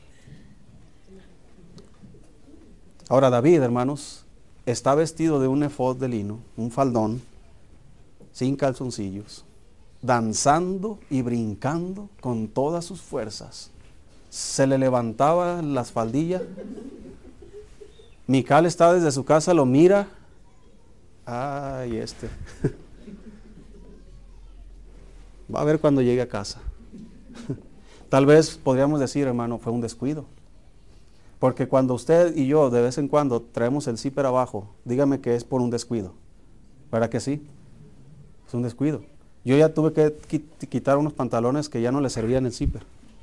Ahora David, hermanos, está vestido de un efod de lino, un faldón, sin calzoncillos. danzando y brincando con todas sus fuerzas. Se le levantaba las faldillas. Mical está desde su casa, lo mira. Ay, va a ver cuando llegue a casa. Tal vez podríamos decir, hermano, fue un descuido. Porque cuando usted y yo de vez en cuando traemos el zipper abajo, dígame que es por un descuido. ¿Verdad que sí? Es un descuido. Yo ya tuve que quitar unos pantalones que ya no le servían el zipper.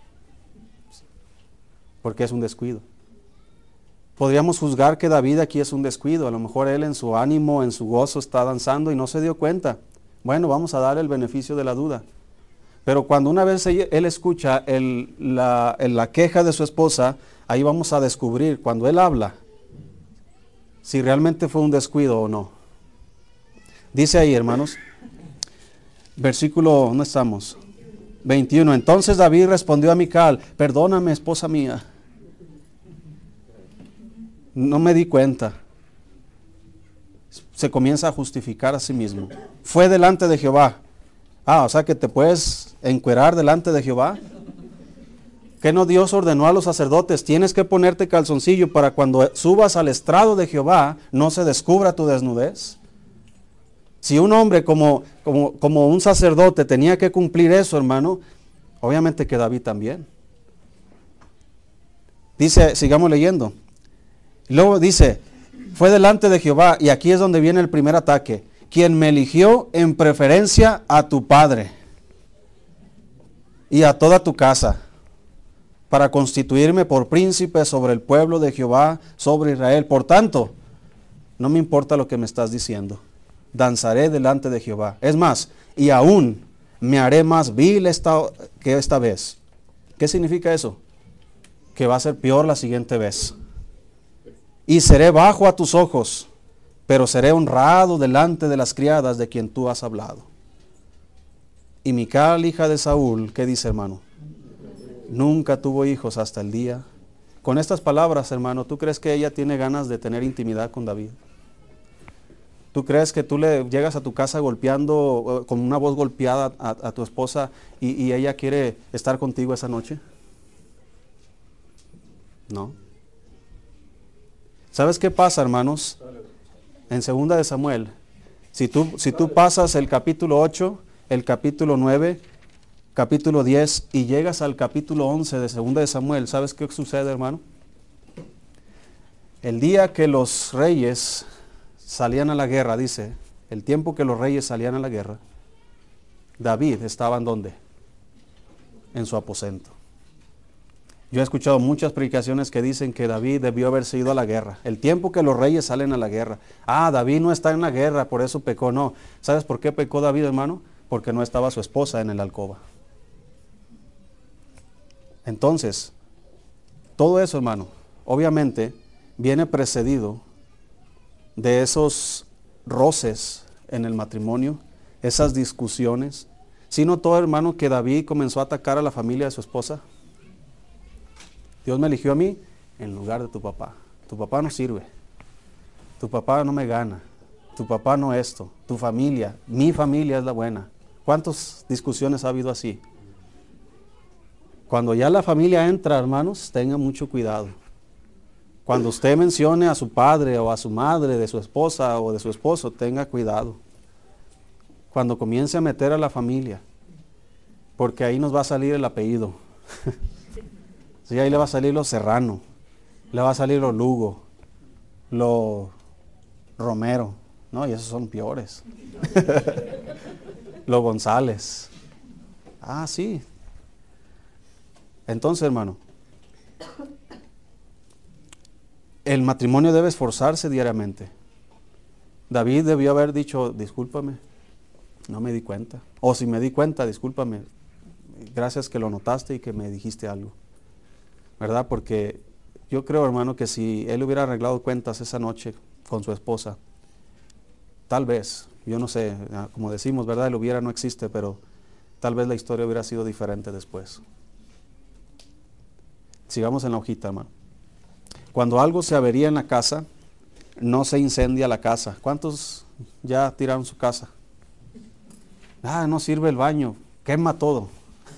Porque es un descuido. Podríamos juzgar que David aquí es un descuido. A lo mejor él en su ánimo, en su gozo está danzando y no se dio cuenta. Bueno, vamos a darle el beneficio de la duda. Pero cuando una vez él escucha la queja de su esposa, ahí vamos a descubrir, cuando él habla, si realmente fue un descuido o no. Dice ahí, hermanos, versículo, ¿dónde estamos? 21. Entonces David respondió a Mical, perdóname, esposa mía. No me di cuenta. Se comienza a justificar a sí mismo. Fue delante de Jehová. O sea que te puedes encuerar delante de Jehová. ¿Qué no Dios ordenó a los sacerdotes? Tienes que ponerte calzoncillo para cuando subas al estrado de Jehová no se descubra tu desnudez. Si un hombre como un sacerdote tenía que cumplir eso, hermano, obviamente que David también. Dice, sigamos leyendo. Luego dice, fue delante de Jehová, y aquí es donde viene el primer ataque, quien me eligió en preferencia a tu padre y a toda tu casa, para constituirme por príncipe sobre el pueblo de Jehová, sobre Israel. Por tanto, no me importa lo que me estás diciendo, danzaré delante de Jehová. Es más, y aún me haré más vil que esta vez. ¿Qué significa eso? Que va a ser peor la siguiente vez. Y seré bajo a tus ojos, pero seré honrado delante de las criadas de quien tú has hablado. Y Mical, hija de Saúl, ¿qué dice, hermano? Nunca tuvo hijos hasta el día. Con estas palabras, hermano, ¿tú crees que ella tiene ganas de tener intimidad con David? ¿Tú crees que tú le llegas a tu casa golpeando, con una voz golpeada a tu esposa y ella quiere estar contigo esa noche? No. ¿Sabes qué pasa, hermanos? En 2 de Samuel, si tú pasas el capítulo 8, el capítulo 9, capítulo 10 y llegas al capítulo 11 de 2 de Samuel, ¿sabes qué sucede, hermano? El día que los reyes salían a la guerra, dice, el tiempo que los reyes salían a la guerra, David estaba ¿en dónde? En su aposento. Yo he escuchado muchas predicaciones que dicen que David debió haberse ido a la guerra. El tiempo que los reyes salen a la guerra. David no está en la guerra, por eso pecó. No. ¿Sabes por qué pecó David, hermano? Porque no estaba su esposa en el alcoba. Entonces, todo eso, hermano, obviamente viene precedido de esos roces en el matrimonio, esas discusiones. ¿Sí notó, hermano, que David comenzó a atacar a la familia de su esposa? Dios me eligió a mí en lugar de tu papá. Tu papá no sirve. Tu papá no me gana. Tu papá no esto. Tu familia, mi familia es la buena. ¿Cuántas discusiones ha habido así? Cuando ya la familia entra, hermanos, tengan mucho cuidado. Cuando usted mencione a su padre o a su madre de su esposa o de su esposo, tenga cuidado. Cuando comience a meter a la familia, porque ahí nos va a salir el apellido. Sí, ahí le va a salir lo Serrano, le va a salir lo Lugo, lo Romero, no, y esos son peores. Lo González. Sí. Entonces, hermano, el matrimonio debe esforzarse diariamente. David debió haber dicho, discúlpame, no me di cuenta. O si me di cuenta, discúlpame, gracias que lo notaste y que me dijiste algo. ¿Verdad? Porque yo creo, hermano, que si él hubiera arreglado cuentas esa noche con su esposa, tal vez, yo no sé, como decimos, ¿verdad? El hubiera no existe, pero tal vez la historia hubiera sido diferente después. Sigamos en la hojita, hermano. Cuando algo se avería en la casa, no se incendia la casa. ¿Cuántos ya tiraron su casa? No sirve el baño, quema todo.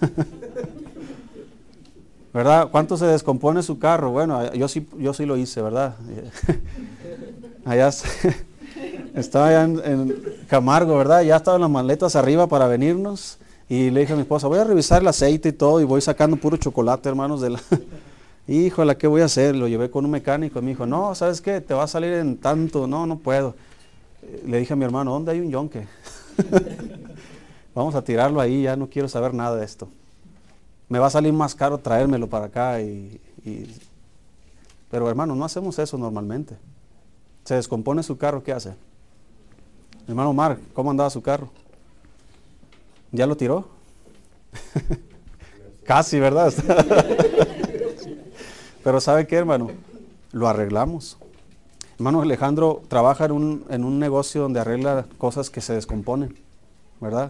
¿Verdad? ¿Cuánto se descompone su carro? Bueno, yo sí lo hice, ¿verdad? Allá estaba allá en Camargo, ¿verdad? Ya estaban las maletas arriba para venirnos y le dije a mi esposa, voy a revisar el aceite y todo y voy sacando puro chocolate, hermanos, de la... Híjole, ¿qué voy a hacer? Lo llevé con un mecánico y me dijo, no, ¿sabes qué? Te va a salir en tanto, no puedo. Le dije a mi hermano, ¿dónde hay un yonque? Vamos a tirarlo ahí, ya no quiero saber nada de esto. Me va a salir más caro traérmelo para acá. Pero hermano, no hacemos eso normalmente. Se descompone su carro, ¿qué hace? Hermano Mark, ¿cómo andaba su carro? ¿Ya lo tiró? Casi, ¿verdad? Pero ¿sabe qué, hermano? Lo arreglamos. Hermano Alejandro trabaja en un negocio donde arregla cosas que se descomponen, ¿verdad?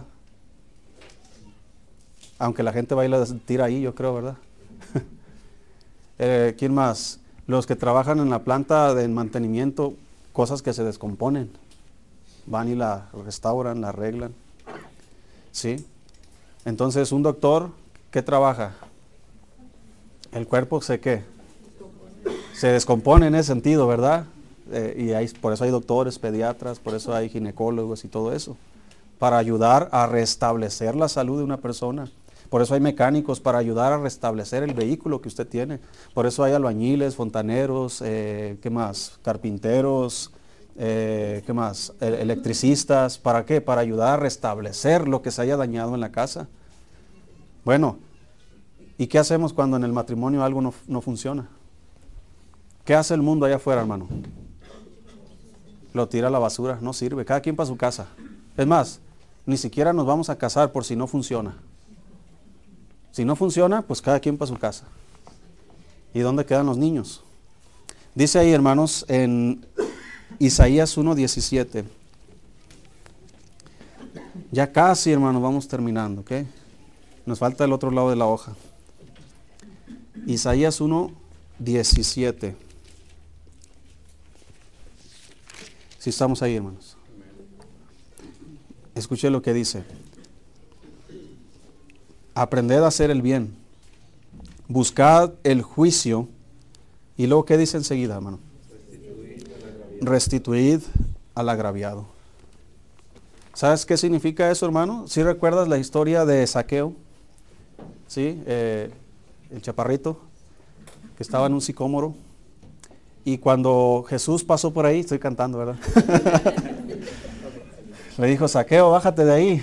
Aunque la gente va y las tira ahí, yo creo, ¿verdad? ¿Quién más? Los que trabajan en la planta de mantenimiento, cosas que se descomponen. Van y la restauran, la arreglan. ¿Sí? Entonces, un doctor, ¿qué trabaja? El cuerpo ¿qué? Se descompone en ese sentido, ¿verdad? Por eso hay doctores, pediatras, por eso hay ginecólogos y todo eso. Para ayudar a restablecer la salud de una persona. Por eso hay mecánicos para ayudar a restablecer el vehículo que usted tiene. Por eso hay albañiles, fontaneros, ¿qué más? Carpinteros, ¿qué más? Electricistas. ¿Para qué? Para ayudar a restablecer lo que se haya dañado en la casa. Bueno, ¿y qué hacemos cuando en el matrimonio algo no funciona? ¿Qué hace el mundo allá afuera, hermano? Lo tira a la basura, no sirve. Cada quien para su casa. Es más, ni siquiera nos vamos a casar por si no funciona. Si no funciona, pues cada quien para su casa. ¿Y dónde quedan los niños? Dice ahí, hermanos, en Isaías 1:17. Ya casi, hermanos, vamos terminando, ¿ok? Nos falta el otro lado de la hoja. Isaías 1:17. Si estamos ahí, hermanos. Escuche lo que dice. Aprended a hacer el bien, buscad el juicio, y luego ¿qué dice enseguida, hermano? Restituid al agraviado. ¿Sabes qué significa eso, hermano? ¿Sí recuerdas la historia de Zaqueo? ¿Sí? El chaparrito que estaba en un sicómoro, y cuando Jesús pasó por ahí, estoy cantando, ¿verdad? Le dijo, Zaqueo, bájate de ahí.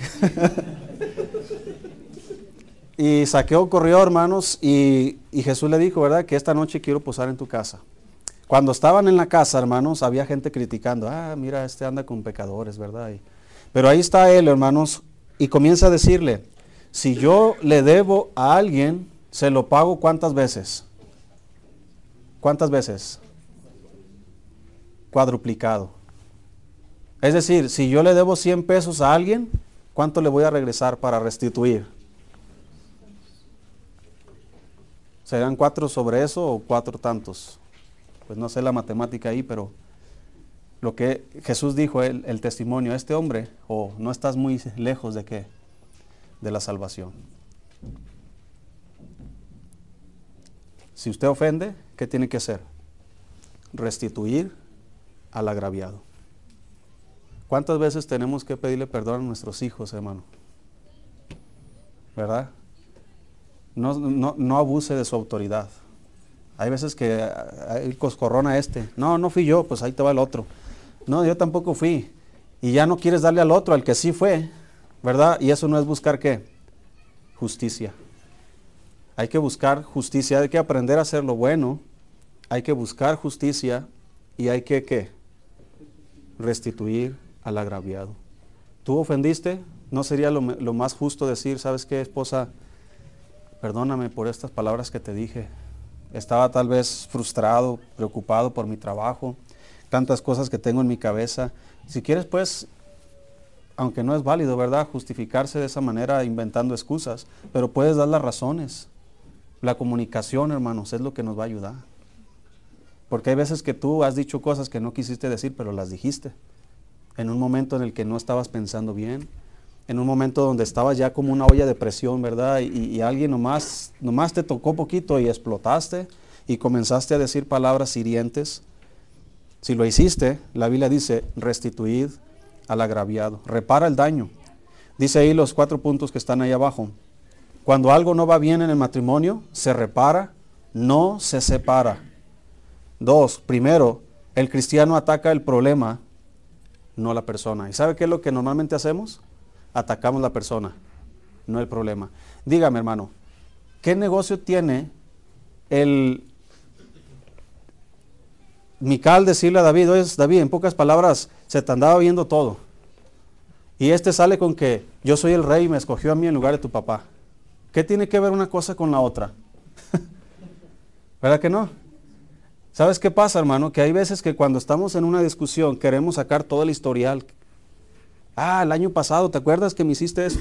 Y Zaqueo corrió, hermanos, y Jesús le dijo, ¿verdad? Que esta noche quiero posar en tu casa. Cuando estaban en la casa, hermanos, había gente criticando, mira, anda con pecadores, ¿verdad? Pero ahí está él, hermanos, y comienza a decirle, si yo le debo a alguien, se lo pago ¿cuántas veces? ¿Cuántas veces? Cuadruplicado. Es decir, si yo le debo 100 pesos a alguien, ¿cuánto le voy a regresar para restituir? ¿Serán 4 sobre eso o 4 tantos? Pues no sé la matemática ahí, pero lo que Jesús dijo, el testimonio, este hombre, no estás muy lejos de qué, de la salvación. Si usted ofende, ¿qué tiene que hacer? Restituir al agraviado. ¿Cuántas veces tenemos que pedirle perdón a nuestros hijos, hermano? ¿Verdad? No abuse de su autoridad. Hay veces que el coscorrona no fui yo, pues ahí te va el otro. No, yo tampoco fui. Y ya no quieres darle al otro, al que sí fue, ¿verdad? Y eso no es buscar ¿qué? Justicia. Hay que buscar justicia, hay que aprender a hacer lo bueno, hay que buscar justicia y hay que ¿qué? Restituir al agraviado. ¿Tú ofendiste? ¿No sería lo más justo decir, ¿sabes qué, esposa? Perdóname por estas palabras que te dije. Estaba tal vez frustrado, preocupado por mi trabajo, tantas cosas que tengo en mi cabeza. Si quieres, pues, aunque no es válido, ¿verdad?, justificarse de esa manera inventando excusas, pero puedes dar las razones. La comunicación, hermanos, es lo que nos va a ayudar. Porque hay veces que tú has dicho cosas que no quisiste decir, pero las dijiste en un momento en el que no estabas pensando bien. en un momento donde estabas ya como una olla de presión, ¿verdad? Y alguien nomás te tocó poquito y explotaste y comenzaste a decir palabras hirientes. Si lo hiciste, la Biblia dice, restituid al agraviado, repara el daño. Dice ahí los 4 puntos que están ahí abajo. Cuando algo no va bien en el matrimonio, se repara, no se separa. 2, primero, el cristiano ataca el problema, no la persona. ¿Y sabe qué es lo que normalmente hacemos? Atacamos la persona, no el problema. Dígame, hermano, ¿qué negocio tiene Mical decirle a David, oye, David, en pocas palabras, se te andaba viendo todo? Y sale con que yo soy el rey y me escogió a mí en lugar de tu papá. ¿Qué tiene que ver una cosa con la otra? ¿Verdad que no? ¿Sabes qué pasa, hermano? Que hay veces que cuando estamos en una discusión queremos sacar todo el historial. El año pasado, ¿te acuerdas que me hiciste esto?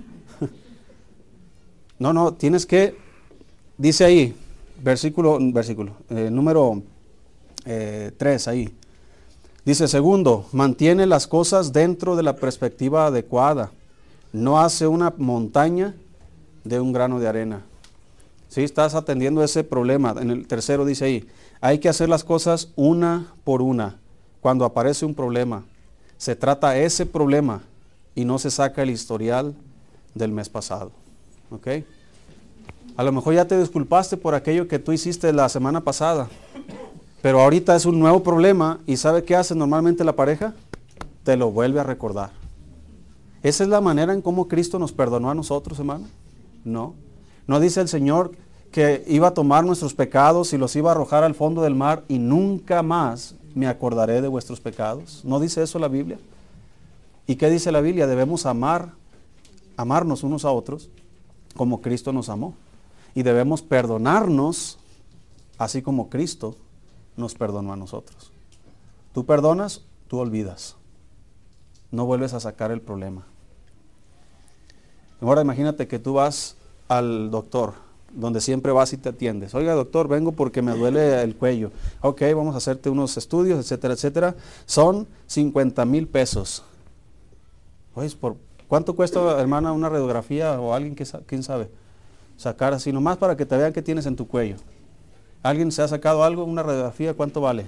No, tienes que, dice ahí, versículo, número 3 ahí. Dice, segundo, mantiene las cosas dentro de la perspectiva adecuada. No hace una montaña de un grano de arena. ¿Sí? Estás atendiendo ese problema. En el tercero dice ahí, hay que hacer las cosas una por una. Cuando aparece un problema, se trata ese problema y no se saca el historial del mes pasado. ¿Ok? A lo mejor ya te disculpaste por aquello que tú hiciste la semana pasada, pero ahorita es un nuevo problema y ¿sabe qué hace normalmente la pareja? Te lo vuelve a recordar. ¿Esa es la manera en cómo Cristo nos perdonó a nosotros, hermano? No. ¿No dice el Señor que iba a tomar nuestros pecados y los iba a arrojar al fondo del mar y nunca más me acordaré de vuestros pecados? ¿No dice eso la Biblia? ¿Y qué dice la Biblia? Debemos amarnos unos a otros como Cristo nos amó. Y debemos perdonarnos así como Cristo nos perdonó a nosotros. Tú perdonas, tú olvidas. No vuelves a sacar el problema. Ahora imagínate que tú vas al doctor, donde siempre vas y te atiendes. Oiga, doctor, vengo porque me duele el cuello. Ok, vamos a hacerte unos estudios, etcétera, etcétera. Son 50,000 pesos. Oye, ¿cuánto cuesta, hermana, una radiografía o alguien quién sabe? Sacar así nomás para que te vean qué tienes en tu cuello. ¿Alguien se ha sacado algo, una radiografía? ¿Cuánto vale?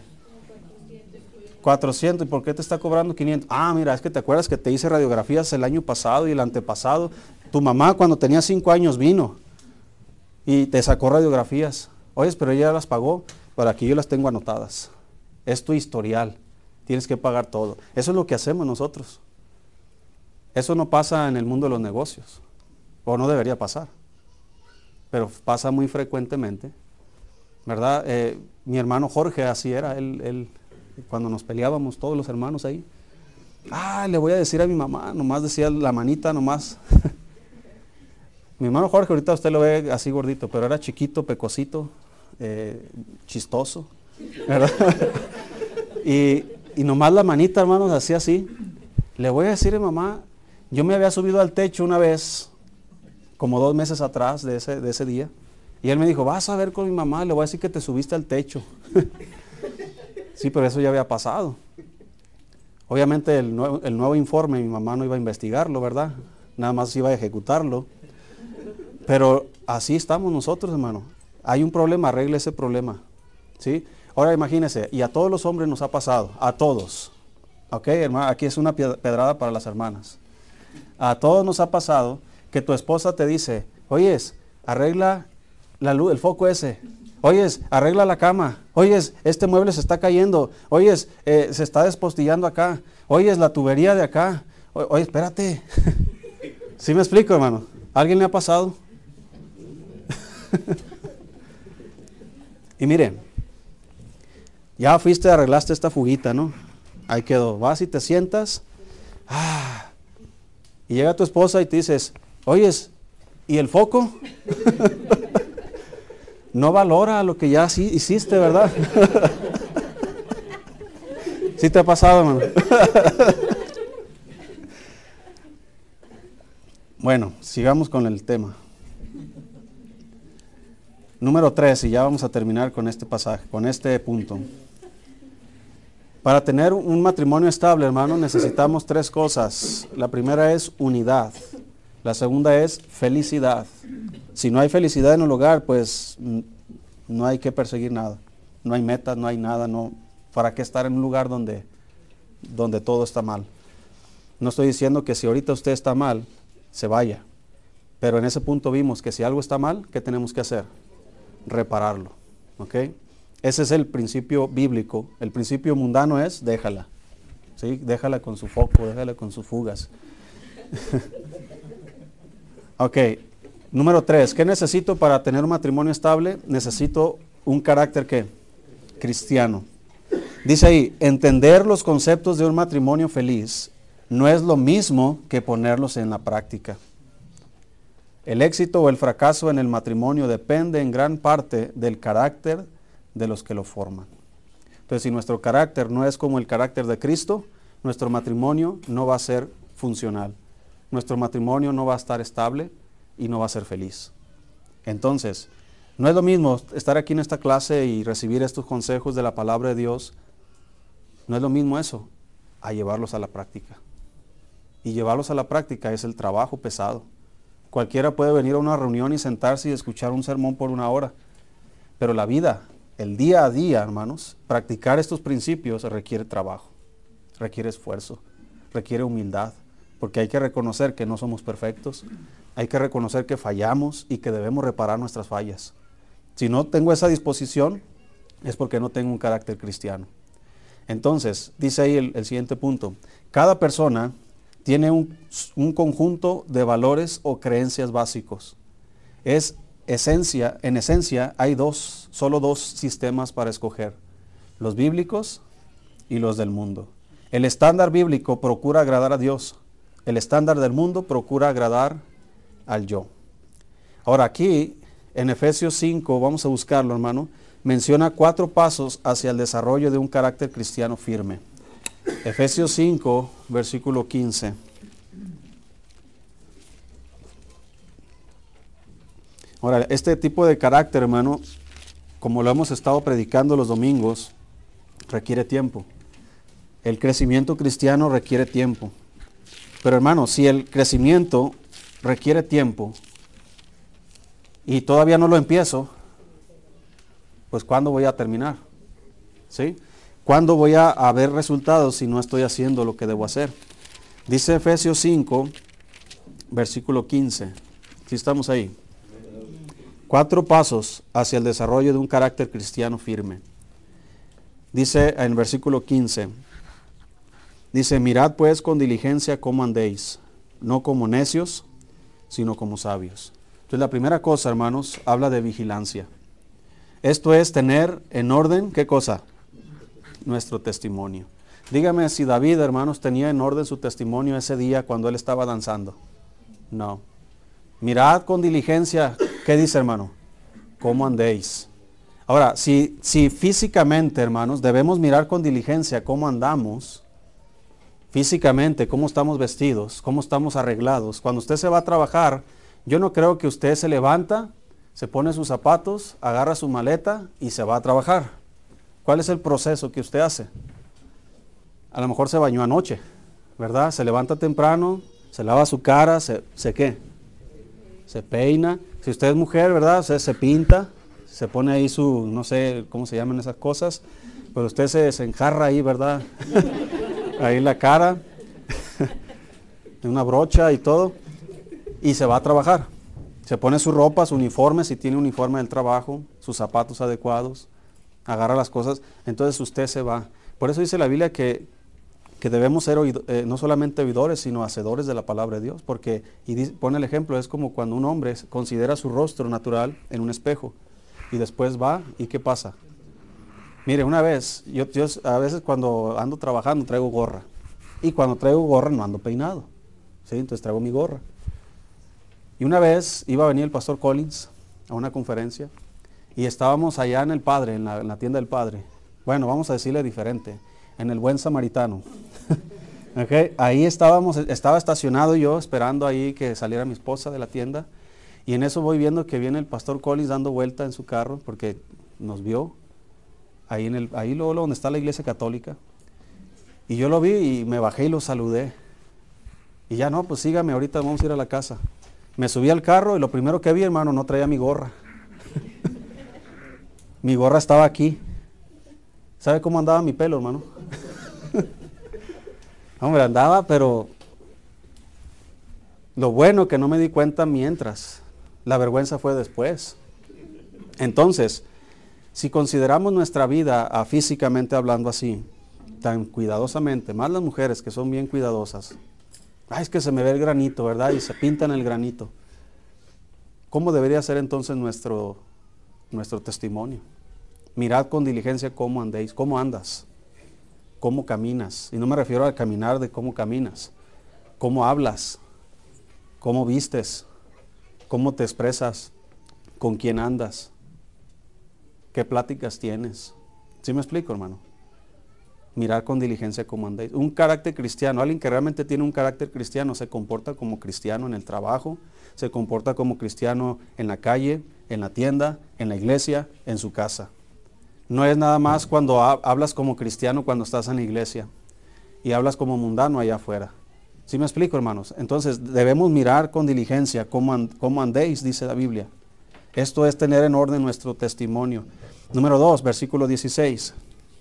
400. ¿Y por qué te está cobrando 500? Mira, es que te acuerdas que te hice radiografías el año pasado y el antepasado. Tu mamá cuando tenía 5 años vino y te sacó radiografías. Oye, pero ella las pagó, pero aquí yo las tengo anotadas. Es tu historial, tienes que pagar todo. Eso es lo que hacemos nosotros. Eso no pasa en el mundo de los negocios, o no debería pasar, pero pasa muy frecuentemente, ¿verdad? Mi hermano Jorge así era, él cuando nos peleábamos todos los hermanos ahí, le voy a decir a mi mamá, nomás decía la manita, nomás. Mi hermano Jorge, ahorita usted lo ve así gordito, pero era chiquito, pecosito, chistoso, ¿verdad? y nomás la manita, hermanos, hacía así. Le voy a decir a mi mamá, yo me había subido al techo una vez, como 2 meses atrás de ese día, y él me dijo, vas a ver con mi mamá, le voy a decir que te subiste al techo. Sí, pero eso ya había pasado. Obviamente el nuevo informe, mi mamá no iba a investigarlo, ¿verdad? Nada más iba a ejecutarlo. Pero así estamos nosotros, hermano. Hay un problema, arregle ese problema. ¿Sí? Ahora imagínense, y a todos los hombres nos ha pasado, a todos. ¿Ok, hermano? Aquí es una pedrada para las hermanas. A todos nos ha pasado que tu esposa te dice, oyes, arregla la luz, el foco ese. Oyes, arregla la cama. Oyes, este mueble se está cayendo. Oyes, se está despostillando acá. Oyes, la tubería de acá. Oye, espérate. ¿Sí me explico, hermano? ¿Alguien le ha pasado? Y miren, ya fuiste, arreglaste esta fuguita, ¿no? Ahí quedó. Vas y te sientas. Y llega tu esposa y te dices, oyes, ¿y el foco? No valora lo que ya sí hiciste, ¿verdad? ¿Sí te ha pasado, hermano? Bueno, sigamos con el tema. Número 3, y ya vamos a terminar con este pasaje, con este punto. Para tener un matrimonio estable, hermano, necesitamos tres cosas. La primera es unidad. La segunda es felicidad. Si no hay felicidad en el hogar, pues no hay que perseguir nada. No hay metas, no hay nada. No, ¿para qué estar en un lugar donde todo está mal? No estoy diciendo que si ahorita usted está mal, se vaya. Pero en ese punto vimos que si algo está mal, ¿qué tenemos que hacer? Repararlo. ¿Ok? Ese es el principio bíblico. El principio mundano es déjala. ¿Sí? Déjala con su foco, déjala con sus fugas. Ok. Número 3. ¿Qué necesito para tener un matrimonio estable? Necesito un carácter ¿qué? Cristiano. Dice ahí, entender los conceptos de un matrimonio feliz no es lo mismo que ponerlos en la práctica. El éxito o el fracaso en el matrimonio depende en gran parte del carácter de los que lo forman. Entonces, si nuestro carácter no es como el carácter de Cristo, nuestro matrimonio no va a ser funcional. Nuestro matrimonio no va a estar estable y no va a ser feliz. Entonces, no es lo mismo estar aquí en esta clase y recibir estos consejos de la palabra de Dios. No es lo mismo eso, a llevarlos a la práctica. Y llevarlos a la práctica es el trabajo pesado. Cualquiera puede venir a una reunión y sentarse y escuchar un sermón por 1 hora. Pero la vida, el día a día, hermanos, practicar estos principios requiere trabajo, requiere esfuerzo, requiere humildad, porque hay que reconocer que no somos perfectos, hay que reconocer que fallamos y que debemos reparar nuestras fallas. Si no tengo esa disposición, es porque no tengo un carácter cristiano. Entonces, dice ahí el siguiente punto, cada persona tiene un conjunto de valores o creencias básicos. En esencia hay solo dos sistemas para escoger, los bíblicos y los del mundo. El estándar bíblico procura agradar a Dios, el estándar del mundo procura agradar al yo. Ahora aquí, en Efesios 5, vamos a buscarlo, hermano, menciona 4 pasos hacia el desarrollo de un carácter cristiano firme. Efesios 5, versículo 15. Ahora, este tipo de carácter, hermano, como lo hemos estado predicando los domingos, requiere tiempo. El crecimiento cristiano requiere tiempo. Pero hermano, si el crecimiento requiere tiempo y todavía no lo empiezo, pues ¿cuándo voy a terminar? ¿Sí? ¿Cuándo voy a ver resultados si no estoy haciendo lo que debo hacer? Dice Efesios 5, versículo 15. ¿Sí estamos ahí? 4 pasos hacia el desarrollo de un carácter cristiano firme. Dice en versículo 15, dice, mirad pues con diligencia cómo andéis, no como necios, sino como sabios. Entonces la primera cosa, hermanos, habla de vigilancia. Esto es tener en orden, ¿qué cosa? Nuestro testimonio. Dígame si David, hermanos, tenía en orden su testimonio ese día cuando él estaba danzando. No. Mirad con diligencia, ¿qué dice, hermano? ¿Cómo andéis? Ahora, si físicamente, hermanos, debemos mirar con diligencia cómo andamos, físicamente, cómo estamos vestidos, cómo estamos arreglados. Cuando usted se va a trabajar, yo no creo que usted se levanta, se pone sus zapatos, agarra su maleta y se va a trabajar. ¿Cuál es el proceso que usted hace? A lo mejor se bañó anoche, ¿verdad? Se levanta temprano, se lava su cara, ¿qué? Se peina. Si usted es mujer, ¿verdad? Se pinta, se pone ahí su, no sé cómo se llaman esas cosas, pero usted se enjarra ahí, ¿verdad? Ahí la cara, una brocha y todo, y se va a trabajar. Se pone su ropa, su uniforme, si tiene uniforme del trabajo, sus zapatos adecuados, agarra las cosas, entonces usted se va. Por eso dice la Biblia que debemos ser no solamente oidores, sino hacedores de la palabra de Dios, porque, pone el ejemplo, es como cuando un hombre considera su rostro natural en un espejo, y después va, ¿y qué pasa? Mire, una vez, yo a veces cuando ando trabajando traigo gorra, y cuando traigo gorra no ando peinado, ¿sí? Entonces traigo mi gorra. Y una vez iba a venir el pastor Collins a una conferencia, y estábamos allá en el Padre, en la tienda del Padre. Bueno, vamos a decirle diferente, en el Buen Samaritano. Okay. Ahí estaba estacionado yo, esperando ahí que saliera mi esposa de la tienda, y en eso voy viendo que viene el pastor Collins dando vuelta en su carro, porque nos vio, ahí luego donde está la iglesia católica, Y yo lo vi y me bajé y lo saludé. Y ya no, pues sígame, ahorita vamos a ir a la casa. Me subí al carro y lo primero que vi, hermano, no traía mi gorra. Mi gorra estaba aquí. ¿Sabe cómo andaba mi pelo, hermano? Hombre, andaba, pero lo bueno que no me di cuenta mientras. La vergüenza fue después. Entonces, si consideramos nuestra vida físicamente hablando así, tan cuidadosamente, más las mujeres que son bien cuidadosas, es que se me ve el granito, ¿verdad? Y se pintan el granito. ¿Cómo debería ser entonces nuestro testimonio? Mirad con diligencia cómo andéis, cómo andas, cómo caminas. Y no me refiero al caminar de cómo caminas, cómo hablas, cómo vistes, cómo te expresas, con quién andas, qué pláticas tienes. ¿Sí me explico, hermano? Mirar con diligencia cómo andéis. Un carácter cristiano, alguien que realmente tiene un carácter cristiano, se comporta como cristiano en el trabajo, se comporta como cristiano en la calle, en la tienda, en la iglesia, en su casa. No es nada más cuando hablas como cristiano cuando estás en la iglesia y hablas como mundano allá afuera. ¿Sí me explico, hermanos? Entonces debemos mirar con diligencia cómo andéis, dice la Biblia. Esto es tener en orden nuestro testimonio. Número 2, versículo 16.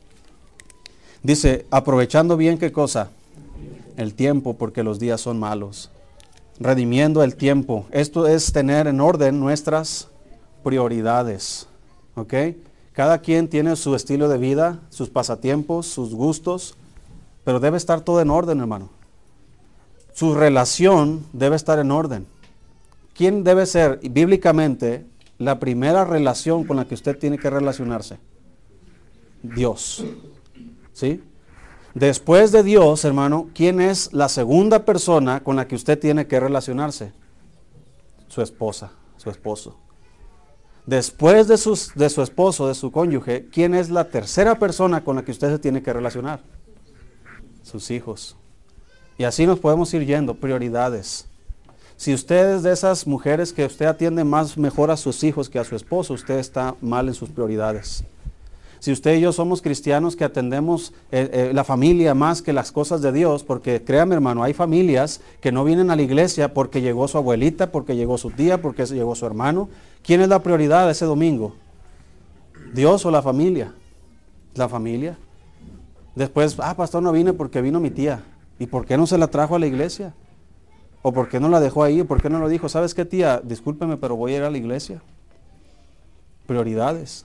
Dice, aprovechando bien, ¿qué cosa? El tiempo, porque los días son malos. Redimiendo el tiempo. Esto es tener en orden nuestras prioridades. ¿Ok? Cada quien tiene su estilo de vida, sus pasatiempos, sus gustos, pero debe estar todo en orden, hermano. Su relación debe estar en orden. ¿Quién debe ser bíblicamente la primera relación con la que usted tiene que relacionarse? Dios. ¿Sí? Después de Dios, hermano, ¿quién es la segunda persona con la que usted tiene que relacionarse? Su esposa, su esposo. Después de su esposo, de su cónyuge, ¿quién es la tercera persona con la que usted se tiene que relacionar? Sus hijos. Y así nos podemos ir yendo, prioridades. Si usted es de esas mujeres que usted atiende mejor a sus hijos que a su esposo, usted está mal en sus prioridades. Si usted y yo somos cristianos que atendemos la familia más que las cosas de Dios, porque créame, hermano, hay familias que no vienen a la iglesia porque llegó su abuelita, porque llegó su tía, porque llegó su hermano. ¿Quién es la prioridad ese domingo? ¿Dios o la familia? La familia. Después, pastor, no vine porque vino mi tía. ¿Y por qué no se la trajo a la iglesia? ¿O por qué no la dejó ahí? ¿Por qué no lo dijo? ¿Sabes qué, tía? Discúlpeme, pero voy a ir a la iglesia. Prioridades.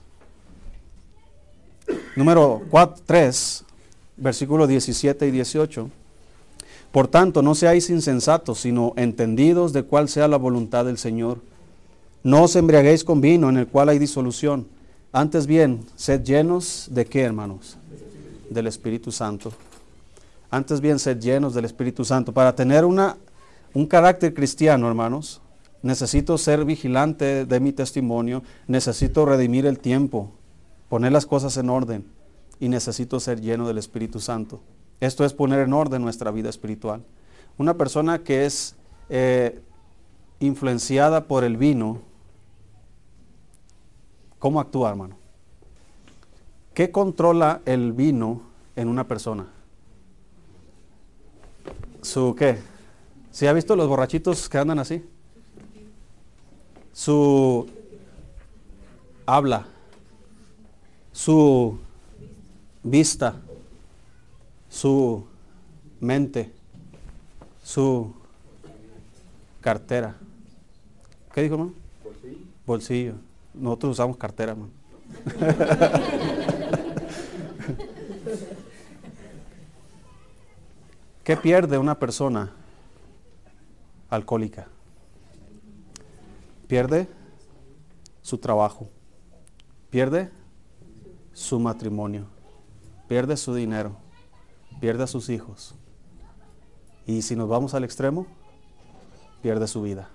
Número 3, versículos 17 y 18. Por tanto, no seáis insensatos, sino entendidos de cuál sea la voluntad del Señor. No os embriaguéis con vino, en el cual hay disolución. Antes bien, sed llenos de ¿qué, hermanos? Del Espíritu Santo. Antes bien, sed llenos del Espíritu Santo. Para tener un carácter cristiano, hermanos, necesito ser vigilante de mi testimonio, necesito redimir el tiempo, poner las cosas en orden, y necesito ser lleno del Espíritu Santo. Esto es poner en orden nuestra vida espiritual. Una persona que es influenciada por el vino, ¿cómo actúa, hermano? ¿Qué controla el vino en una persona? ¿Su qué? ¿Sí ha visto los borrachitos que andan así? Su habla, su vista, su mente, su cartera. ¿Qué dijo, hermano? Bolsillo. Bolsillo. Nosotros usamos cartera, hermano. ¿Qué pierde una persona alcohólica? Pierde su trabajo, pierde su matrimonio, pierde su dinero, pierde a sus hijos. Y si nos vamos al extremo, pierde su vida.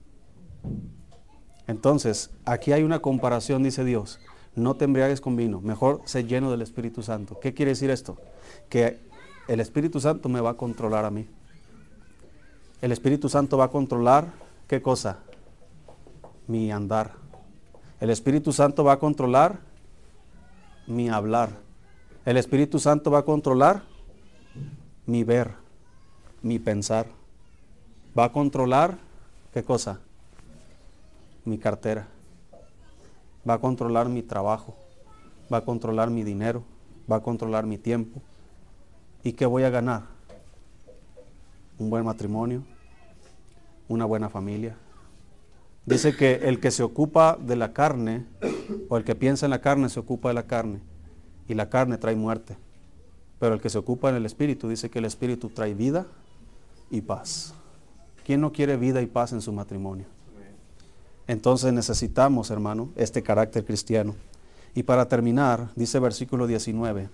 Entonces, aquí hay una comparación, dice Dios. No te embriagues con vino, mejor sé lleno del Espíritu Santo. ¿Qué quiere decir esto? Que el Espíritu Santo me va a controlar a mí. El Espíritu Santo va a controlar, ¿qué cosa? Mi andar. El Espíritu Santo va a controlar mi hablar. El Espíritu Santo va a controlar mi ver, mi pensar. Va a controlar, ¿qué cosa? Mi cartera. Va a controlar mi trabajo. Va a controlar mi dinero. Va a controlar mi tiempo. ¿Y qué voy a ganar? Un buen matrimonio, una buena familia. Dice que el que se ocupa de la carne, o el que piensa en la carne, se ocupa de la carne. Y la carne trae muerte. Pero el que se ocupa en el Espíritu, dice que el Espíritu trae vida y paz. ¿Quién no quiere vida y paz en su matrimonio? Entonces necesitamos, hermano, este carácter cristiano. Y para terminar, dice versículo 19.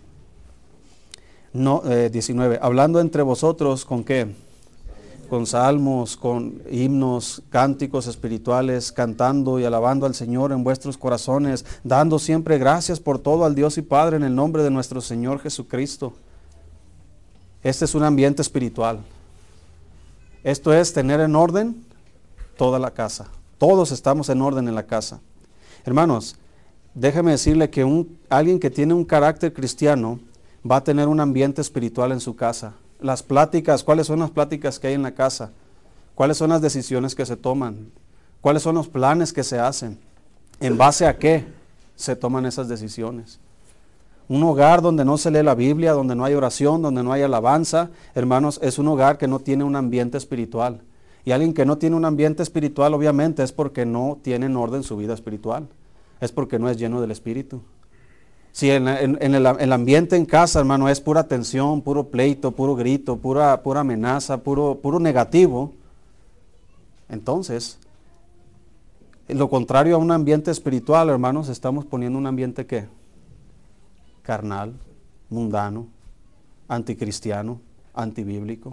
19. Hablando entre vosotros, ¿con qué? Con salmos, con himnos, cánticos espirituales, cantando y alabando al Señor en vuestros corazones, dando siempre gracias por todo al Dios y Padre en el nombre de nuestro Señor Jesucristo. Este es un ambiente espiritual. Esto es tener en orden toda la casa. Todos estamos en orden en la casa. Hermanos, déjeme decirle que alguien que tiene un carácter cristiano va a tener un ambiente espiritual en su casa. Las pláticas, ¿cuáles son las pláticas que hay en la casa? ¿Cuáles son las decisiones que se toman? ¿Cuáles son los planes que se hacen? ¿En base a qué se toman esas decisiones? Un hogar donde no se lee la Biblia, donde no hay oración, donde no hay alabanza, hermanos, es un hogar que no tiene un ambiente espiritual. Y alguien que no tiene un ambiente espiritual, obviamente, es porque no tiene en orden su vida espiritual. Es porque no es lleno del Espíritu. Si en el ambiente en casa, hermano, es pura tensión, puro pleito, puro grito, pura amenaza, puro negativo, entonces, lo contrario a un ambiente espiritual, hermanos, estamos poniendo un ambiente ¿qué? Carnal, mundano, anticristiano, antibíblico.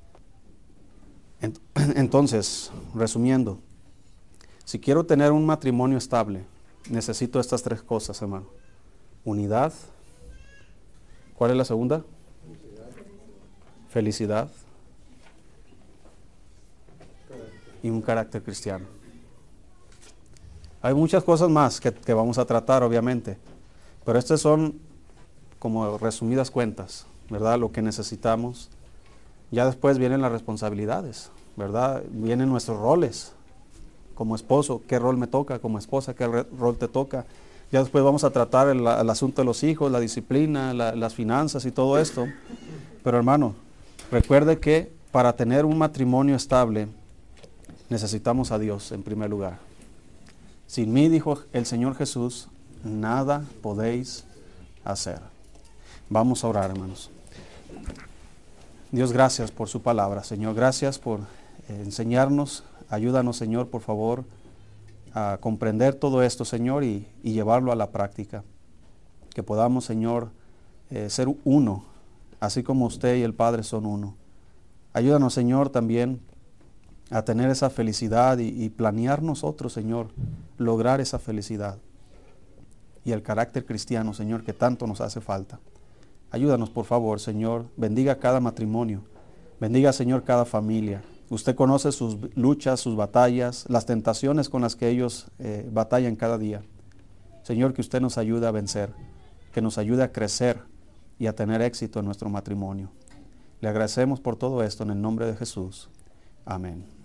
Entonces, resumiendo, si quiero tener un matrimonio estable, necesito estas tres cosas, hermano. Unidad. ¿Cuál es la segunda? Felicidad. Y un carácter cristiano. Hay muchas cosas más que vamos a tratar, obviamente, pero estas son como resumidas cuentas, ¿verdad? Lo que necesitamos. Ya después vienen las responsabilidades, ¿verdad? Vienen nuestros roles como esposo, qué rol me toca, como esposa, qué rol te toca. Ya después vamos a tratar el asunto de los hijos, la disciplina, las finanzas y todo esto. Pero hermano, recuerde que para tener un matrimonio estable necesitamos a Dios en primer lugar. Sin mí, dijo el Señor Jesús, nada podéis hacer. Vamos a orar, hermanos. Dios, gracias por su palabra, Señor. Gracias por enseñarnos. Ayúdanos, Señor, por favor, a comprender todo esto, Señor, y llevarlo a la práctica. Que podamos, Señor, ser uno, así como usted y el Padre son uno. Ayúdanos, Señor, también a tener esa felicidad y planear nosotros, Señor, lograr esa felicidad y el carácter cristiano, Señor, que tanto nos hace falta. Ayúdanos, por favor, Señor. Bendiga cada matrimonio. Bendiga, Señor, cada familia. Usted conoce sus luchas, sus batallas, las tentaciones con las que ellos batallan cada día. Señor, que usted nos ayude a vencer, que nos ayude a crecer y a tener éxito en nuestro matrimonio. Le agradecemos por todo esto en el nombre de Jesús. Amén.